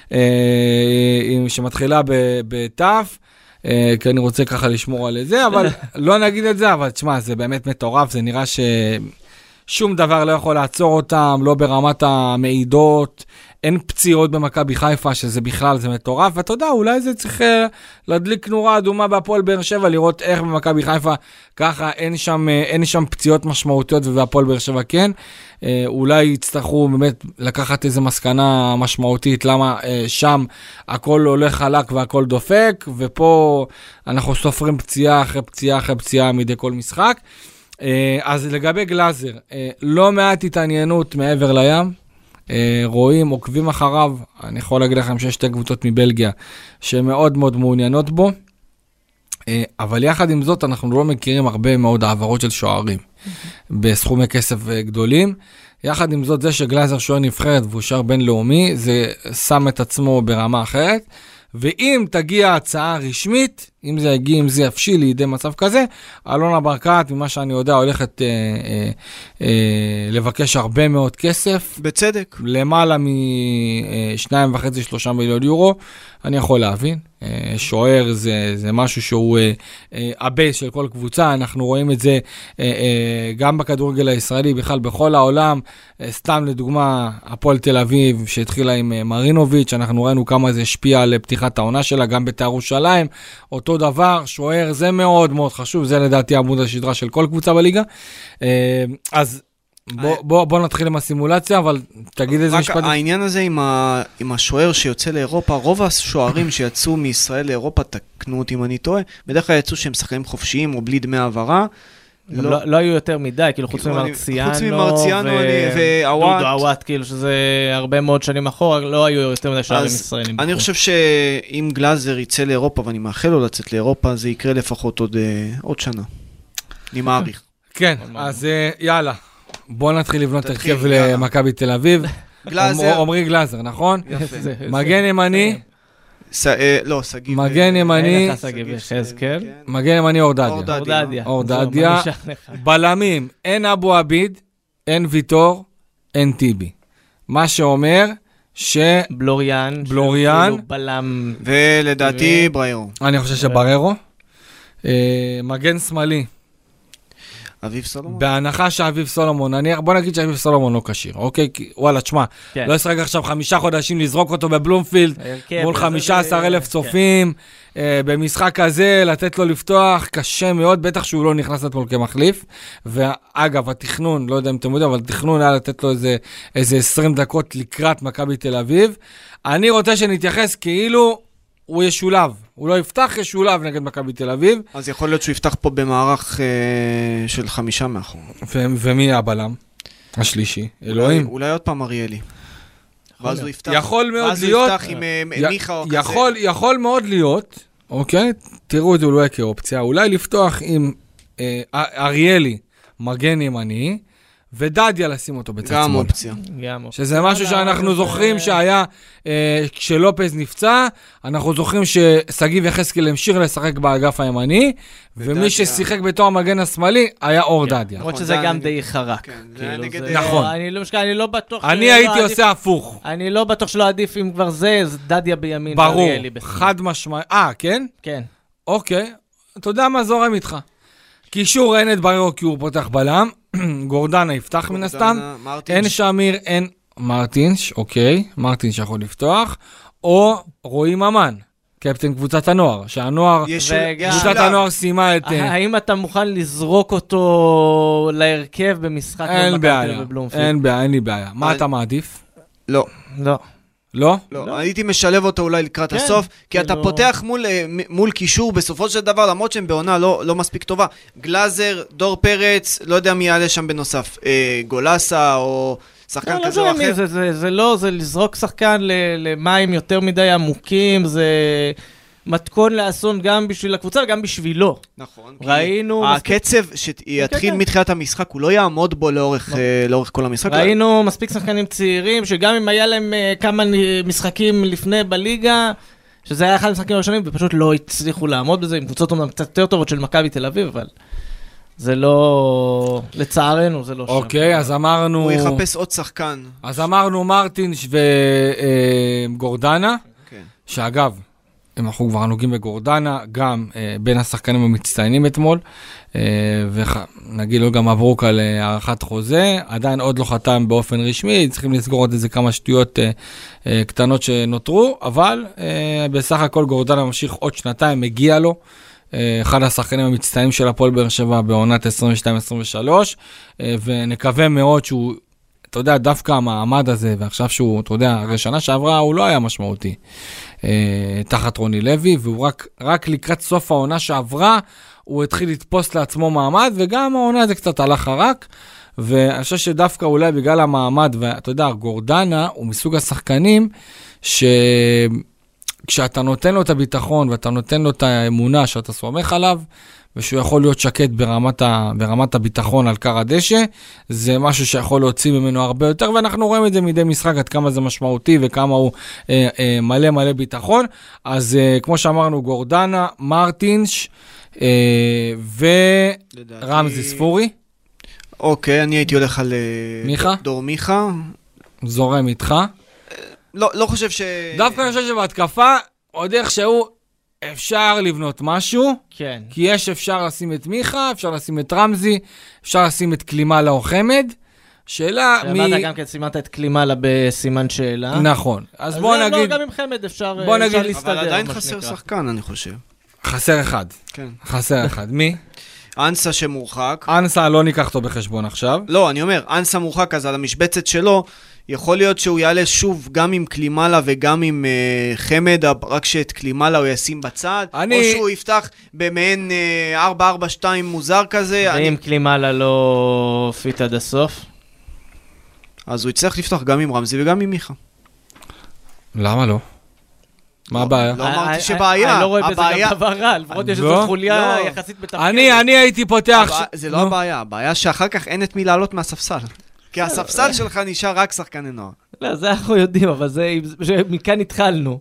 שמתחילה בתף, כי אני רוצה ככה לשמור על זה, אבל לא נגיד את זה, אבל תשמע, זה באמת מטורף, זה נראה ששום דבר לא יכול לעצור אותם, לא ברמת המעידות, אין פציעות במכבי חיפה, שזה בכלל, זה מטורף, ואתה יודע, אולי זה צריך להדליק נורה אדומה בהפועל באר שבע, לראות איך במכבי חיפה, ככה אין שם, אין שם פציעות משמעותיות, ובהפועל באר שבע כן, אולי יצטרכו באמת לקחת איזו מסקנה משמעותית, למה שם הכל הולך חלק והכל דופק, ופה אנחנו סופרים פציעה אחרי פציעה אחרי פציעה מדי כל משחק. אז לגבי גלאזר, לא מעט התעניינות מעבר לים, רואים, עוקבים אחריו, אני יכול להגיד לכם שיש שתי קבוצות מבלגיה שמאוד מאוד מעוניינות בו, אבל יחד עם זאת אנחנו לא מכירים הרבה מאוד העברות של שוערים בסכומי כסף גדולים. יחד עם זאת, זה שגלאזר שוער נבחרת והוא שער בינלאומי, זה שם את עצמו ברמה אחרת, ואם תגיע הצעה רשמית, אם זה יגיע, אם זה יפשיל לידי מצב כזה, אלונה ברקת, ממה שאני יודע, הולכת אה, אה, אה, לבקש הרבה מאוד כסף. בצדק. למעלה משניים וחצי, שלושה מיליון יורו, אני יכול להבין. אה, שוער זה, זה משהו שהוא אה, אה, הבייס של כל קבוצה, אנחנו רואים את זה אה, אה, גם בכדורגל הישראלי, בכלל בכל העולם, אה, סתם לדוגמה, הפועל תל אביב, שהתחילה עם אה, מרינוביץ', אנחנו ראינו כמה זה השפיע על פתיחת העונה שלה, גם בית"ר ירושלים, אותו דבר, שוער, זה מאוד מאוד חשוב, זה לדעתי עמוד השדרה של כל קבוצה בליגה. אז בוא, בוא, בוא נתחיל עם הסימולציה, אבל תגיד איזה משפט. העניין הזה עם, ה, עם השוער שיוצא לאירופה, רוב השוערים שיצאו מישראל לאירופה, תקנו אותי אם אני טועה, בדרך כלל יצאו שהם שחקנים חופשיים או בלי דמי העברה. לא, לא, לא היו יותר מדי, כאילו חוץ ממרציאנו, חוץ ממרציאנו והוואט, דודו הוואט, כאילו שזה הרבה מאוד שנים אחורה, לא היו יותר מדי שערים ישראלים. אני חושב שאם גלאזר יצא לאירופה, ואני מאחל לו לצאת לאירופה, זה יקרה לפחות עוד, עוד שנה. אני מעריך. כן, אז יאללה, בוא נתחיל לבנות הרכב למכבי תל אביב. גלאזר. עומרי גלאזר, נכון? יפה. מגן ימני. לא, סגיב. מגן ימני. אין לך סגיב יחזקאל. מגן ימני אורדדיה. אורדדיה. אורדדיה. בלמים, אין אבו עביד, אין ויטור, אין טיבי. מה שאומר ש... בלוריאן. בלוריאן. בלם. ולדעתי בריירו. אני חושב שבריירו. מגן שמאלי. אביב סולומון? בהנחה שאביב סולומון, אני, בוא נגיד שאביב סולומון לא קשיר, אוקיי? כי, וואלה, תשמע, כן. לא ישחק עכשיו חמישה חודשים לזרוק אותו בבלומפילד, כן, מול חמישה עשר אלף צופים, כן. אה, במשחק הזה, לתת לו לפתוח, קשה מאוד, בטח שהוא לא נכנס לתמול כמחליף, ואגב, התכנון, לא יודע אם אתם יודעים, אבל התכנון היה לתת לו איזה, איזה עשרים דקות לקראת מכבי תל אביב. אני רוצה שנתייחס כאילו הוא ישולב, הוא לא יפתח ישולב נגד מכבי תל אביב. אז יכול להיות שהוא יפתח פה במערך אה, של חמישה מאחור. ו- ומי הבלם? השלישי, אלוהים. אולי, אולי עוד פעם אריאלי. ואז הוא יפתח. יכול מאוד ואז להיות. ואז הוא יפתח עם י- מיכה או יכול, כזה. יכול מאוד להיות, אוקיי? תראו את זה אולי כאופציה. אולי לפתוח עם אה, אריאלי, מגן ימני, ודדיה לשים אותו בצד שמאל. גם אופציה. שזה משהו שאנחנו זוכרים שהיה, כשלופז נפצע, אנחנו זוכרים שסגיב יחזקאל המשיך לשחק באגף הימני, ומי ששיחק בתור המגן השמאלי היה אור דדיה. למרות שזה גם די חרק. נכון. אני לא בטוח... אני הייתי עושה הפוך. אני לא בטוח שלא עדיף אם כבר זה, זה דדיה בימין. ברור, חד משמעי. אה, כן? כן. אוקיי, אתה יודע מה זורם איתך. קישור אין את בררו כי הוא פותח בלם, גורדנה יפתח מן הסתם, אין שמיר, אין מרטינש, אוקיי, מרטינש יכול לפתוח, או רועי ממן, קפטן קבוצת הנוער, שהנוער, קבוצת הנוער סיימה את... האם אתה מוכן לזרוק אותו להרכב במשחק? אין בעיה, אין בעיה, אין לי בעיה. מה אתה מעדיף? לא. לא. לא? לא, הייתי משלב אותו אולי לקראת הסוף, כי אתה פותח מול קישור בסופו של דבר, למרות שהם בעונה לא מספיק טובה. גלאזר, דור פרץ, לא יודע מי יעלה שם בנוסף, גולסה או שחקן כזה או אחר. זה לא, זה לזרוק שחקן למים יותר מדי עמוקים, זה מתכון לאסון גם בשביל הקבוצה וגם בשבילו. נכון. ראינו... הקצב שיתחיל מתחילת המשחק, הוא לא יעמוד בו לאורך כל המשחק. ראינו מספיק שחקנים צעירים, שגם אם היה להם כמה משחקים לפני בליגה, שזה היה אחד המשחקים הראשונים, ופשוט לא הצליחו לעמוד בזה, עם קבוצות אומנם קצת יותר טובות של מכבי תל אביב, אבל זה לא... לצערנו, זה לא שם. אוקיי, אז אמרנו... הוא יחפש עוד שחקן. אז אמרנו מרטינש וגורדנה, שאגב, אם אנחנו כבר נוגעים בגורדנה, גם אה, בין השחקנים המצטיינים אתמול, אה, ונגיד לו גם מברוק על אה, הערכת חוזה, עדיין עוד לא חתם באופן רשמי, צריכים לסגור עוד איזה כמה שטויות אה, אה, קטנות שנותרו, אבל אה, בסך הכל גורדנה ממשיך עוד שנתיים, מגיע לו, אה, אחד השחקנים המצטיינים של הפועל באר שבע בעונת עשרים ושתיים עשרים ושלוש, אה, ונקווה מאוד שהוא, אתה יודע, דווקא המעמד הזה, ועכשיו שהוא, אתה יודע, הרי שנה שעברה הוא לא היה משמעותי. תחת רוני לוי, והוא רק, רק לקראת סוף העונה שעברה, הוא התחיל לתפוס לעצמו מעמד, וגם העונה הזה קצת הלך חרק, ואני חושב שדווקא אולי בגלל המעמד, ואתה יודע, גורדנה הוא מסוג השחקנים, שכשאתה נותן לו את הביטחון, ואתה נותן לו את האמונה שאתה סומך עליו, ושהוא יכול להיות שקט ברמת, ה, ברמת הביטחון על קר הדשא, זה משהו שיכול להוציא ממנו הרבה יותר, ואנחנו רואים את זה מדי משחק, עד כמה זה משמעותי, וכמה הוא אה, אה, מלא מלא ביטחון. אז אה, כמו שאמרנו, גורדנה, מרטינש, אה, ורמזי ספורי. אוקיי, אני הייתי הולך על מיכה? דור מיכה. זורם איתך. לא, לא חושב ש... דווקא אני חושב שבהתקפה, עוד איך שהוא... אפשר לבנות משהו, כן. כי יש אפשר לשים את מיכה, אפשר לשים את רמזי, אפשר לשים את קלימלה או חמד. שאלה מי... שאמרת גם כן סימנת את קלימלה בסימן שאלה. נכון. אז, אז בוא נגיד... לא, גם עם חמד אפשר, בוא אפשר נגיד... להסתדר. אבל עדיין חסר שחקן, אני חושב. חסר אחד. כן. חסר אחד. מי? אנסה שמורחק. אנסה לא ניקח אותו בחשבון עכשיו. לא, אני אומר, אנסה מורחק, אז על המשבצת שלו, יכול להיות שהוא יעלה שוב גם עם קלימלה וגם עם uh, חמד, רק שאת קלימלה הוא ישים בצד, אני... או שהוא יפתח במעין uh, ארבע ארבע שתיים מוזר כזה. ואם אני... קלימלה לא פיט עד הסוף? אז הוא יצטרך לפתוח גם עם רמזי וגם עם מיכה. למה לא? מה הבעיה? לא אמרתי שבעיה. אני לא רואה בזה גם דבר רע, לפחות יש איזו חוליה יחסית בתפקיד. אני הייתי פותח... זה לא הבעיה, הבעיה שאחר כך אין את מי לעלות מהספסל. כי הספסל שלך נשאר רק שחקני נוער. לא, זה אנחנו יודעים, אבל זה, מכאן התחלנו.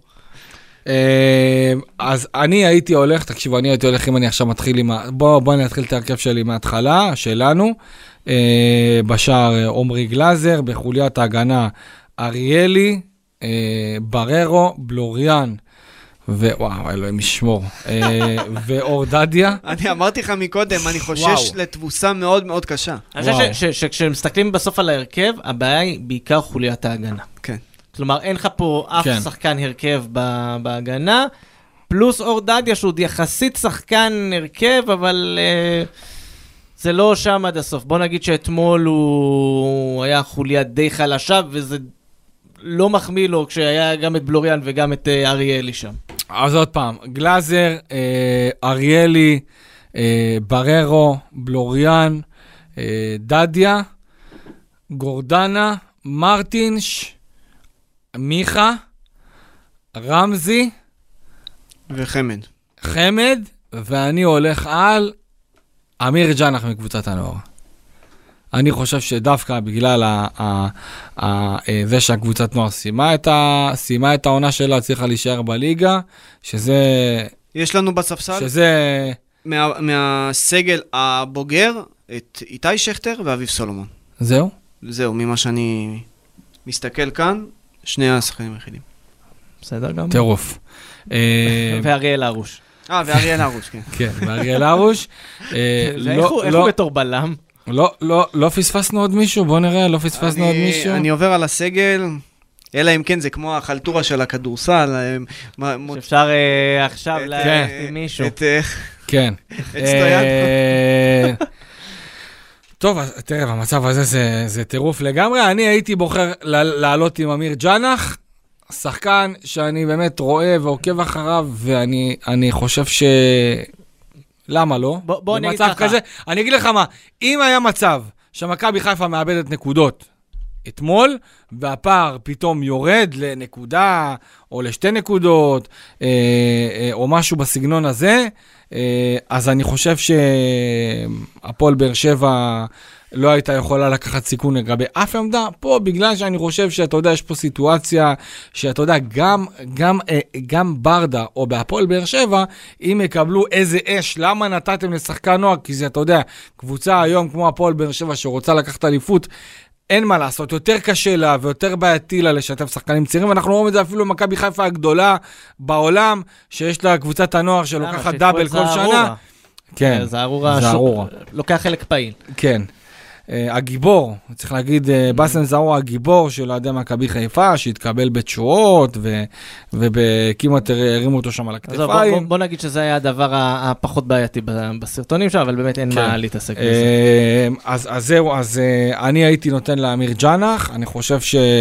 אז אני הייתי הולך, תקשיבו, אני הייתי הולך אם אני עכשיו מתחיל עם... בואו אני אתחיל את הרכב שלי מההתחלה, שלנו. בשער עומרי גלאזר, בחוליית ההגנה אריאלי, בררו, בלוריאן, ווואו, אלוהים ישמור, ואור דדיה. אני אמרתי לך מקודם, אני חושש לתבוסה מאוד מאוד קשה. אני חושב שכשמסתכלים בסוף על ההרכב, הבעיה היא בעיקר חוליית ההגנה. כן. כלומר, אין לך פה אף שחקן הרכב בהגנה, פלוס אור דדיה, שהוא יחסית שחקן הרכב, אבל זה לא שם עד הסוף. בוא נגיד שאתמול הוא היה חוליה די חלשה, וזה לא מחמיא לו כשהיה גם את בלוריאן וגם את אריאלי שם. אז עוד פעם, גלאזר, אריאלי, בררו, בלוריאן, דדיה, גורדנה, מרטינש, מיכה, רמזי, וחמד. חמד, ואני הולך על אמיר ג'אנח מקבוצת הנוער. אני חושב שדווקא בגלל ה, ה, ה, זה שהקבוצת נוער סיימה את, ה, סיימה את העונה שלה, צריכה להישאר בליגה, שזה... יש לנו בספסל, שזה... מה, מהסגל הבוגר, את איתי שכטר ואביב סולומון. זהו? זהו, ממה שאני מסתכל כאן, שני השחקנים היחידים. בסדר גם. טירוף. ואריאל הרוש. אה, ואריאל הרוש, כן. כן, ואריאל הרוש. איך הוא בתור בלם? לא, לא, לא פספסנו עוד מישהו, בוא נראה, לא פספסנו עוד מישהו. אני עובר על הסגל, אלא אם כן זה כמו החלטורה של הכדורסל. שאפשר עכשיו להביא מישהו. כן. את סטויאן. טוב, תראה, במצב הזה זה, זה טירוף לגמרי. אני הייתי בוחר לעלות עם אמיר ג'אנח, שחקן שאני באמת רואה ועוקב אחריו, ואני אני חושב ש... למה לא? בוא, בוא אני אגיד לך. כזה, אני אגיד לך מה, אם היה מצב שמכבי חיפה מאבדת נקודות אתמול, והפער פתאום יורד לנקודה, או לשתי נקודות, אה, אה, או משהו בסגנון הזה, אה, אז אני חושב שהפועל באר שבע לא הייתה יכולה לקחת סיכון לגבי אף עמדה, פה בגלל שאני חושב שאתה יודע, יש פה סיטואציה שאתה יודע, גם, גם, גם ברדה או בהפועל באר שבע, אם יקבלו איזה אש, למה נתתם לשחקן נוער? כי זה, אתה יודע, קבוצה היום כמו הפועל באר שבע שרוצה לקחת אליפות, אין מה לעשות, יותר קשה לה ויותר בעייתי לה לשתף שחקנים צעירים, ואנחנו רואים את זה אפילו במכבי חיפה הגדולה בעולם, שיש לה קבוצת הנוער שלוקחת דאבל כל שנה. כן, זערורה. לוקח חלק פעיל. כן. הגיבור, צריך להגיד, בסן זערורה הגיבור של אוהדי מכבי חיפה, שהתקבל בתשואות, וכמעט הרימו אותו שם על הכתפיים. בוא נגיד שזה היה הדבר הפחות בעייתי בסרטונים שם, אבל באמת אין מה להתעסק בזה. אז זהו, אז אני הייתי נותן לאמיר ג'אנח, אני חושב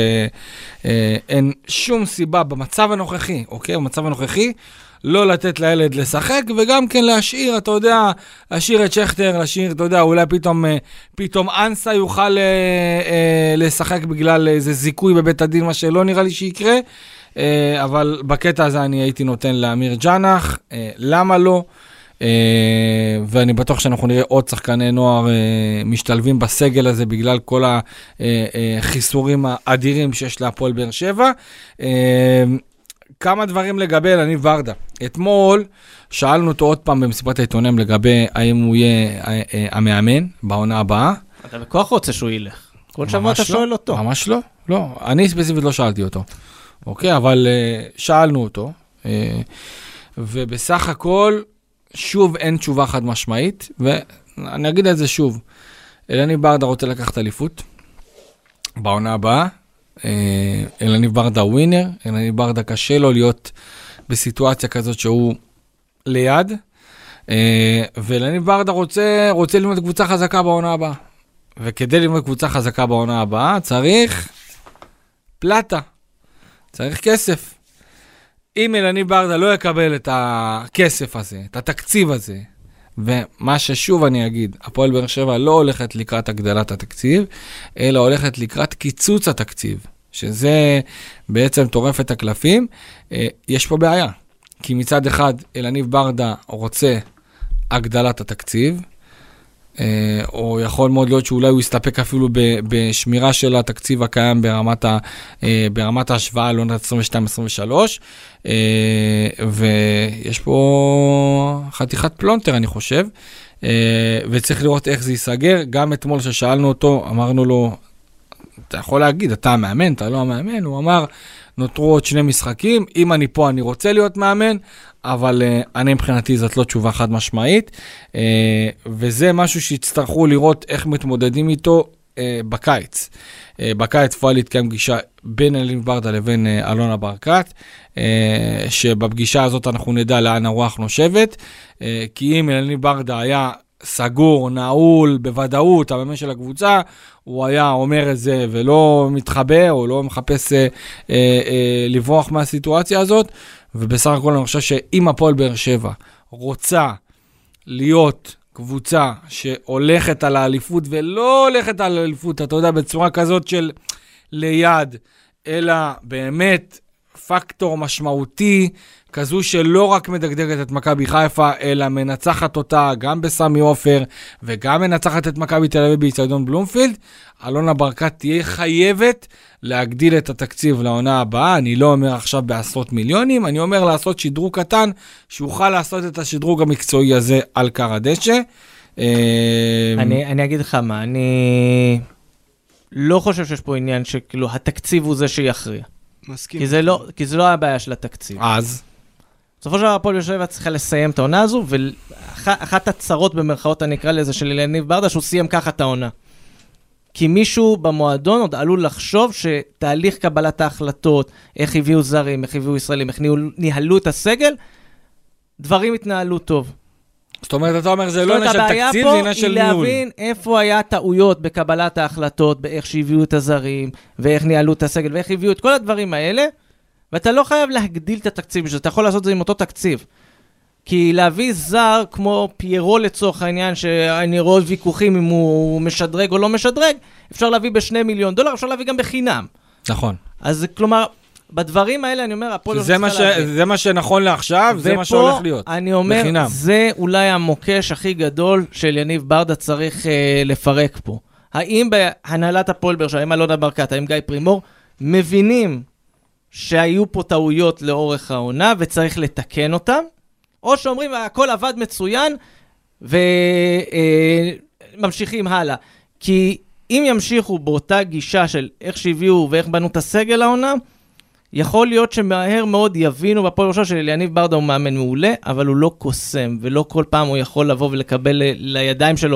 שאין שום סיבה במצב הנוכחי, אוקיי? במצב הנוכחי, לא לתת לילד לשחק, וגם כן להשאיר, אתה יודע, להשאיר את שכטר, להשאיר, אתה יודע, אולי פתאום, פתאום אנסה יוכל אה, אה, לשחק בגלל איזה זיכוי בבית הדין, מה שלא נראה לי שיקרה, אה, אבל בקטע הזה אני הייתי נותן לאמיר ג'אנח, אה, למה לא? אה, ואני בטוח שאנחנו נראה עוד שחקני נוער אה, משתלבים בסגל הזה, בגלל כל החיסורים האדירים שיש להפועל באר שבע. אה, כמה דברים לגבי אלניב ברדה. אתמול שאלנו אותו עוד פעם במסיבת העיתונאים לגבי האם הוא יהיה המאמן בעונה הבאה. אתה בכוח רוצה שהוא ילך. כל שבוע אתה שואל אותו. ממש לא. לא. אני ספציפית לא שאלתי אותו. אוקיי, אבל שאלנו אותו. ובסך הכל, שוב אין תשובה חד משמעית. ואני אגיד את זה שוב. אלניב ברדה רוצה לקחת אליפות בעונה הבאה. אלניב ברדה ווינר, אלניב ברדה קשה לו להיות בסיטואציה כזאת שהוא ליד, ואלניב ברדה רוצה, רוצה ללמוד קבוצה חזקה בעונה הבאה, וכדי ללמוד קבוצה חזקה בעונה הבאה צריך פלטה, צריך כסף. אם אלניב ברדה לא יקבל את הכסף הזה, את התקציב הזה, ומה ששוב אני אגיד, הפועל באר שבע לא הולכת לקראת הגדלת התקציב, אלא הולכת לקראת קיצוץ התקציב, שזה בעצם טורף את הקלפים. יש פה בעיה, כי מצד אחד אלניב ברדה רוצה הגדלת התקציב, או יכול מאוד להיות שאולי הוא יסתפק אפילו בשמירה של התקציב הקיים ברמת, ה, ברמת ההשוואה לעונת עשרים ושתיים עשרים ושלוש, ויש פה חתיכת פלונטר אני חושב, וצריך לראות איך זה ייסגר. גם אתמול ששאלנו אותו, אמרנו לו, אתה יכול להגיד, אתה המאמן, אתה לא המאמן, הוא אמר, נותרו עוד שני משחקים, אם אני פה אני רוצה להיות מאמן, אבל uh, אני מבחינתי זאת לא תשובה חד משמעית, uh, וזה משהו שיצטרכו לראות איך מתמודדים איתו uh, בקיץ. Uh, בקיץ פועל להתקיים פגישה בין אלניב ברדה לבין uh, אלונה ברקת, uh, שבפגישה הזאת אנחנו נדע לאן הרוח נושבת, uh, כי אם אלניב ברדה היה סגור, נעול, בוודאות, המאמן של הקבוצה, הוא היה אומר את זה ולא מתחבא, או לא מחפש אה, אה, אה, לברוח מהסיטואציה הזאת, ובסך הכל אני חושב שאם הפועל באר שבע רוצה להיות קבוצה שהולכת על האליפות, ולא הולכת על האליפות, אתה יודע, בצורה כזאת של ליד, אלא באמת פקטור משמעותי, כזו שלא רק מדגדגת את מכבי חיפה, אלא מנצחת אותה גם בסמי עופר, וגם מנצחת את מכבי תל אביב באצטדיון בלומפילד, אלונה ברקת תהיה חייבת להגדיל את התקציב לעונה הבאה. אני לא אומר עכשיו בעשרות מיליונים, אני אומר לעשות שדרוג קטן, שיוכל לעשות את השדרוג המקצועי הזה על קר הדשא. אני, אני אגיד לך מה, אני לא חושב שיש פה עניין שכאילו התקציב הוא זה שיכריע. מסכים. כי זה לא, כי זה לא הבעיה של התקציב. אז? בסופו של דבר הפועל באר שבע צריכה לסיים את העונה הזו, ואחת הצרות במרכאות אני אקרא לזה של יניב ברדה, שהוא סיים ככה את העונה. כי מישהו במועדון עוד עלול לחשוב שתהליך קבלת ההחלטות, איך הביאו זרים, איך הביאו ישראלים, איך ניהלו את הסגל, דברים התנהלו טוב. זאת אומרת, אתה אומר, זה לא עניין של תקציב, זה עניין של ניהול. הבעיה פה היא להבין איפה היה טעויות בקבלת ההחלטות, באיך שהביאו את הזרים, ואיך ניהלו את הסגל, ואיך הביאו את כל הדברים האלה, ואתה לא חייב להגדיל את התקציב, שאתה יכול לעשות את זה עם אותו תקציב. כי להביא זר כמו פיירו לצורך העניין, שאני רואה ויכוחים אם הוא משדרג או לא משדרג, אפשר להביא בשני מיליון דולר, אפשר להביא גם בחינם. נכון. אז כלומר, בדברים האלה אני אומר, הפועל זה מה ש... זה מה שנכון לעכשיו, זה מה שהולך להיות. אני אומר, בחינם. זה אולי המוקש הכי גדול של יניב ברדה צריך אה, לפרק פה. האם בהנהלת הפועל באר שבע, האם אלונה ברקת, האם גיא פרימור, מבינים שהיו פה טעויות לאורך העונה וצריך לתקן אותם, או שאומרים, הכל עבד מצוין וממשיכים הלאה. כי אם ימשיכו באותה גישה של איך שהביאו ואיך בנו את הסגל העונה, יכול להיות שמהר מאוד יבינו בפועל באר שבע של יניב ברדה הוא מאמן מעולה, אבל הוא לא קוסם, ולא כל פעם הוא יכול לבוא ולקבל לידיים שלו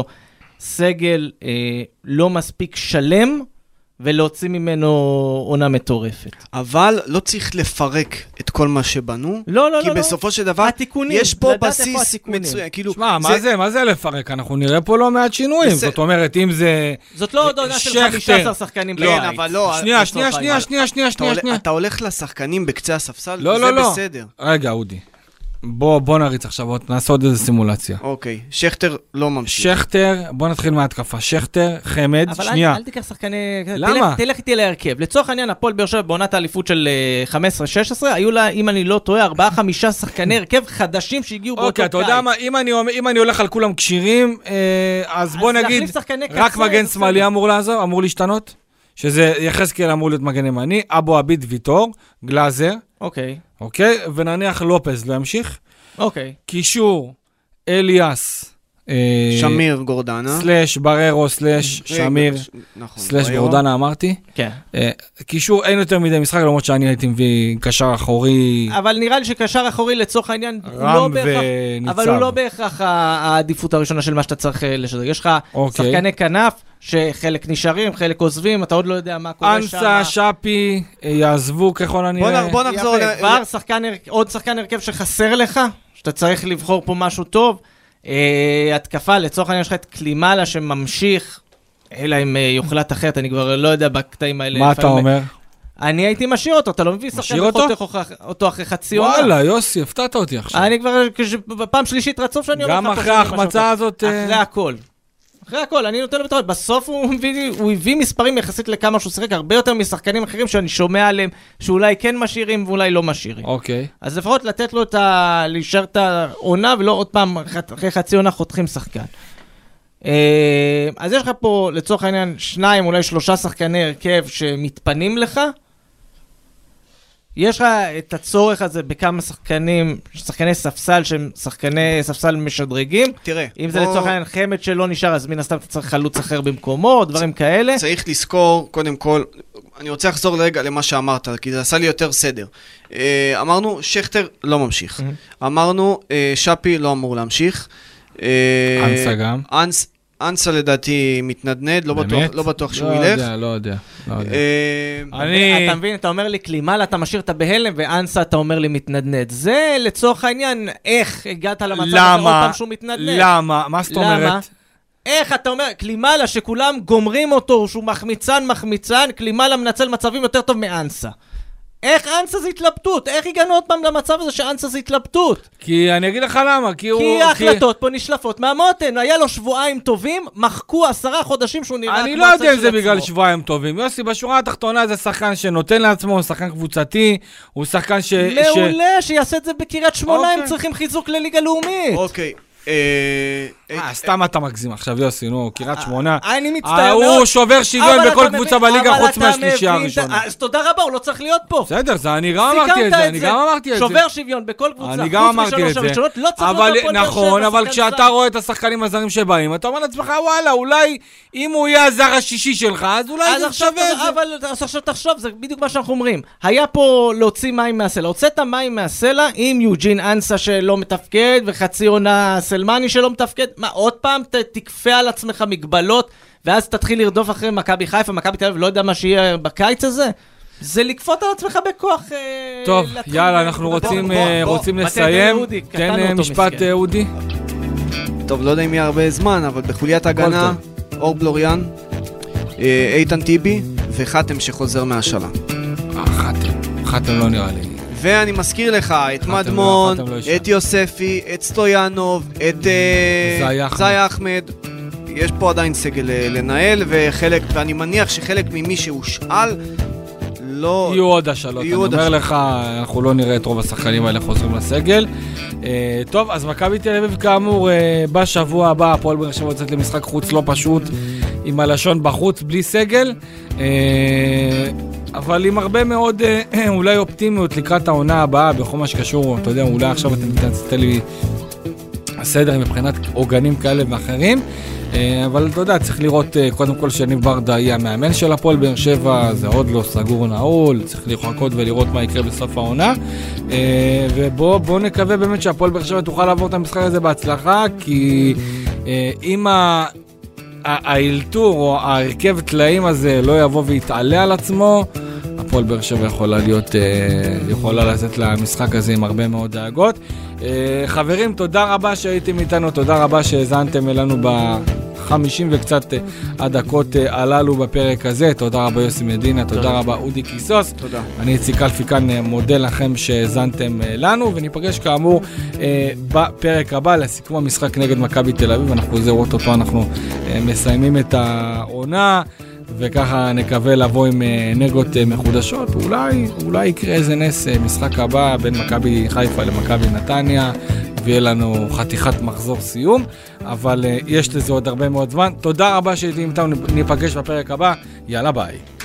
סגל אה, לא מספיק שלם, ולהוציא ממנו עונה מטורפת. אבל לא צריך לפרק את כל מה שבנו, לא, לא, כי לא, בסופו לא. של דבר, התיקונים, יש פה בסיס מצוין. כאילו, שמה, מה זה, מה זה לפרק? אנחנו נראה פה לא מעט שינויים. בסדר. זאת אומרת, אם זה... זאת לא עוד עונה של חמישה עשר שחקנים בבית. כן, אבל לא... שנייה, שנייה, שנייה, שנייה, שנייה, שנייה. אתה הולך לשחקנים בקצה הספסל, לא, וזה לא, לא. בסדר. רגע, אודי. בוא, בוא נריץ עכשיו, נעשה עוד איזה סימולציה. אוקיי, שכטר לא ממשיך. שכטר, בוא נתחיל מההתקפה. שכטר, חמד, שנייה. אבל אל תיקח שחקני... למה? תלך איתי להרכב. לצורך העניין, הפועל באר שבע בעונת האליפות של חמש עשרה שש עשרה, היו לה, אם אני לא טועה, ארבעה חמישה שחקני הרכב חדשים שהגיעו באותו קיץ. אוקיי, אתה יודע מה, אם אני הולך על כולם קשירים, אז בוא נגיד, רק מגן שמאלי אמור לעזור, אמור להשתנות, שזה יחזקאל אמור להיות מגן ימני, אבו עביד ויטור, גלאזר. אוקיי. אוקיי, ונניח לופז לא ימשיך. אוקיי. קישור, אליאס. שמיר גורדנה. סלש בררו, סלש שמיר, סלש גורדנה אמרתי. כן. קישור אין יותר מדי משחק, למרות שאני הייתי מביא קשר אחורי. אבל נראה לי שקשר אחורי לצורך העניין, רם וניצב. אבל הוא לא בהכרח העדיפות הראשונה של מה שאתה צריך לשדרג. יש לך שחקני כנף, שחלק נשארים, חלק עוזבים, אתה עוד לא יודע מה קורה שם. אנסה, שפי, יעזבו ככל הנראה. בוא נחזור. כבר עוד שחקן הרכב שחסר לך, שאתה צריך לבחור פה משהו טוב. התקפה, לצורך העניין יש לך את קלימלה שממשיך, אלא אם יוחלט אחרת, אני כבר לא יודע בקטעים האלה. מה אתה אומר? אני הייתי משאיר אותו, אתה לא מביא שחקן חותך אותו אחרי חצי עונה. וואלה, יוסי, הפתעת אותי עכשיו. אני כבר, בפעם שלישית רצוף שאני אומר לך פה. גם אחרי ההחמצה הזאת. אחרי הכל. אחרי הכל, אני נותן לו בטעות. בסוף הוא הביא, הוא הביא מספרים יחסית לכמה שהוא שיחק, הרבה יותר משחקנים אחרים שאני שומע עליהם, שאולי כן משאירים ואולי לא משאירים. אוקיי. אז לפחות לתת לו את ה... להישאר את העונה, ולא עוד פעם אחרי חצי עונה חותכים שחקן. אז יש לך פה, לצורך העניין, שניים, אולי שלושה שחקני הרכב שמתפנים לך. יש לך את הצורך הזה בכמה שחקנים, שחקני ספסל, שהם שחקני ספסל משדרגים. תראה. אם זה לצורך העניין חמד שלא נשאר, אז מן הסתם אתה צריך חלוץ אחר במקומו, דברים כאלה. צריך לזכור, קודם כל, אני רוצה לחזור לרגע למה שאמרת, כי זה עשה לי יותר סדר. אמרנו, שכטר לא ממשיך. אמרנו, שפי לא אמור להמשיך. אנסה גם. אנס... אנסה לדעתי מתנדנד, לא בטוח, לא בטוח שהוא ילך. לא יודע, לא יודע, לא יודע. אתה מבין, אתה אומר לי קלימל, אתה משאיר את הבהלם, ואנסה אתה אומר לי מתנדנד. זה לצורך העניין, איך הגעת למצב הזה עוד פעם שהוא מתנדנד? למה? מה זאת אומרת? איך אתה אומר, קלימלה שכולם גומרים אותו, שהוא מחמיצן, מחמיצן, קלימלה מנצל מצבים יותר טוב מאנסה. איך אנסה זה התלבטות? איך הגענו עוד פעם למצב הזה שאנסה זה התלבטות? כי אני אגיד לך למה, כי הוא... כי ההחלטות פה נשלפות מהמותן, היה לו שבועיים טובים, מחקו עשרה חודשים שהוא נראה... אני לא יודע אם זה בגלל שבועיים טובים. יוסי, בשורה התחתונה זה שחקן שנותן לעצמו, הוא שחקן קבוצתי, הוא שחקן ש... מעולה, שיעשה את זה בקריית שמונה, הם צריכים חיזוק לליגה לאומית. אוקיי. אה, סתם אתה מגזים עכשיו, יוסי, נו, קריית שמונה. אני מצטער מאוד. הוא שובר שוויון בכל קבוצה בליגה חוץ מהשלישייה הראשונה. אז תודה רבה, הוא לא צריך להיות פה. בסדר, אני גם אמרתי את זה, אני גם אמרתי את זה. שובר שוויון בכל קבוצה, אני גם אמרתי את זה. לא צריך להיות פה. נכון, אבל כשאתה רואה את השחקנים הזרים שבאים, אתה אומר לעצמך, וואלה, אולי אם הוא יהיה הזר השישי שלך, אז אולי זה שווה את זה. אבל עכשיו תחשוב, זה בדיוק מה שאנחנו אומרים. היה פה להוציא מים מהסלע. הוצאת מים מהסלע עם יוג'ין אנסה שלא מתפקד, וחצי עונה סלמני שלא מתפקד. מה, עוד פעם תקפה על עצמך מגבלות, ואז תתחיל לרדוף אחרי מכבי חיפה, מכבי תל אביב, לא יודע מה שיהיה בקיץ הזה? זה לקפות על עצמך בכוח. טוב, יאללה, אנחנו רוצים לסיים. תן משפט, אודי. טוב, לא יודע אם יהיה הרבה זמן, אבל בחוליית הגנה, אור בלוריאן, איתן טיבי וחתם שחוזר מהשאלה. חתם, חתם לא נראה לי. ואני מזכיר לך את מדמון, את יוספי, את סטויאנוב, את זאי אחמד. יש פה עדיין סגל לנהל, וחלק, ואני מניח שחלק ממי שהושאל לא... יהיו עוד השאלות, אני אומר לך, אנחנו לא נראה את רוב השחקנים האלה חוזרים לסגל. טוב, אז מכבי תל אביב כאמור, בשבוע הבא, הפועל באר שבע יוצאת למשחק חוץ לא פשוט, עם הלשון בחוץ, בלי סגל. אבל עם הרבה מאוד אולי אופטימיות לקראת העונה הבאה, בכל מה שקשור, אתה יודע, אולי עכשיו אתם תתן לי סדר מבחינת עוגנים כאלה ואחרים. אבל אתה יודע, צריך לראות קודם כל שניב ברדה יהיה המאמן של הפועל באר שבע, זה עוד לא סגור נעול, צריך לחכות ולראות מה יקרה בסוף העונה. ובוא נקווה באמת שהפועל באר שבע תוכל לעבור את המשחק הזה בהצלחה, כי אם האלתור או ההרכב תלאים הזה לא יבוא ויתעלה על עצמו, הפועל באר שבע יכולה להיות, יכולה לצאת למשחק הזה עם הרבה מאוד דאגות. חברים, תודה רבה שהייתם איתנו, תודה רבה שהזנתם אלינו ב-חמישים וקצת הדקות הללו בפרק הזה. תודה רבה יוסי מדינה, תודה רבה אודי קיסוס. תודה. אני אציקל פיקן מודה לכם שהזנתם לנו, וניפגש כאמור בפרק הבא לסיכום המשחק נגד מכבי תל אביב. אנחנו זה רואות אותו, אנחנו מסיימים את העונה, וככה נקווה לבוא עם נגות מחודשות. אולי, אולי יקרה איזה נס משחק הבא בין מכבי חיפה למכבי נתניה, ויהיה לנו חתיכת מחזור סיום, אבל יש לזה עוד הרבה מאוד זמן. תודה רבה שהייתם איתנו, ניפגש בפרק הבא, יאללה ביי.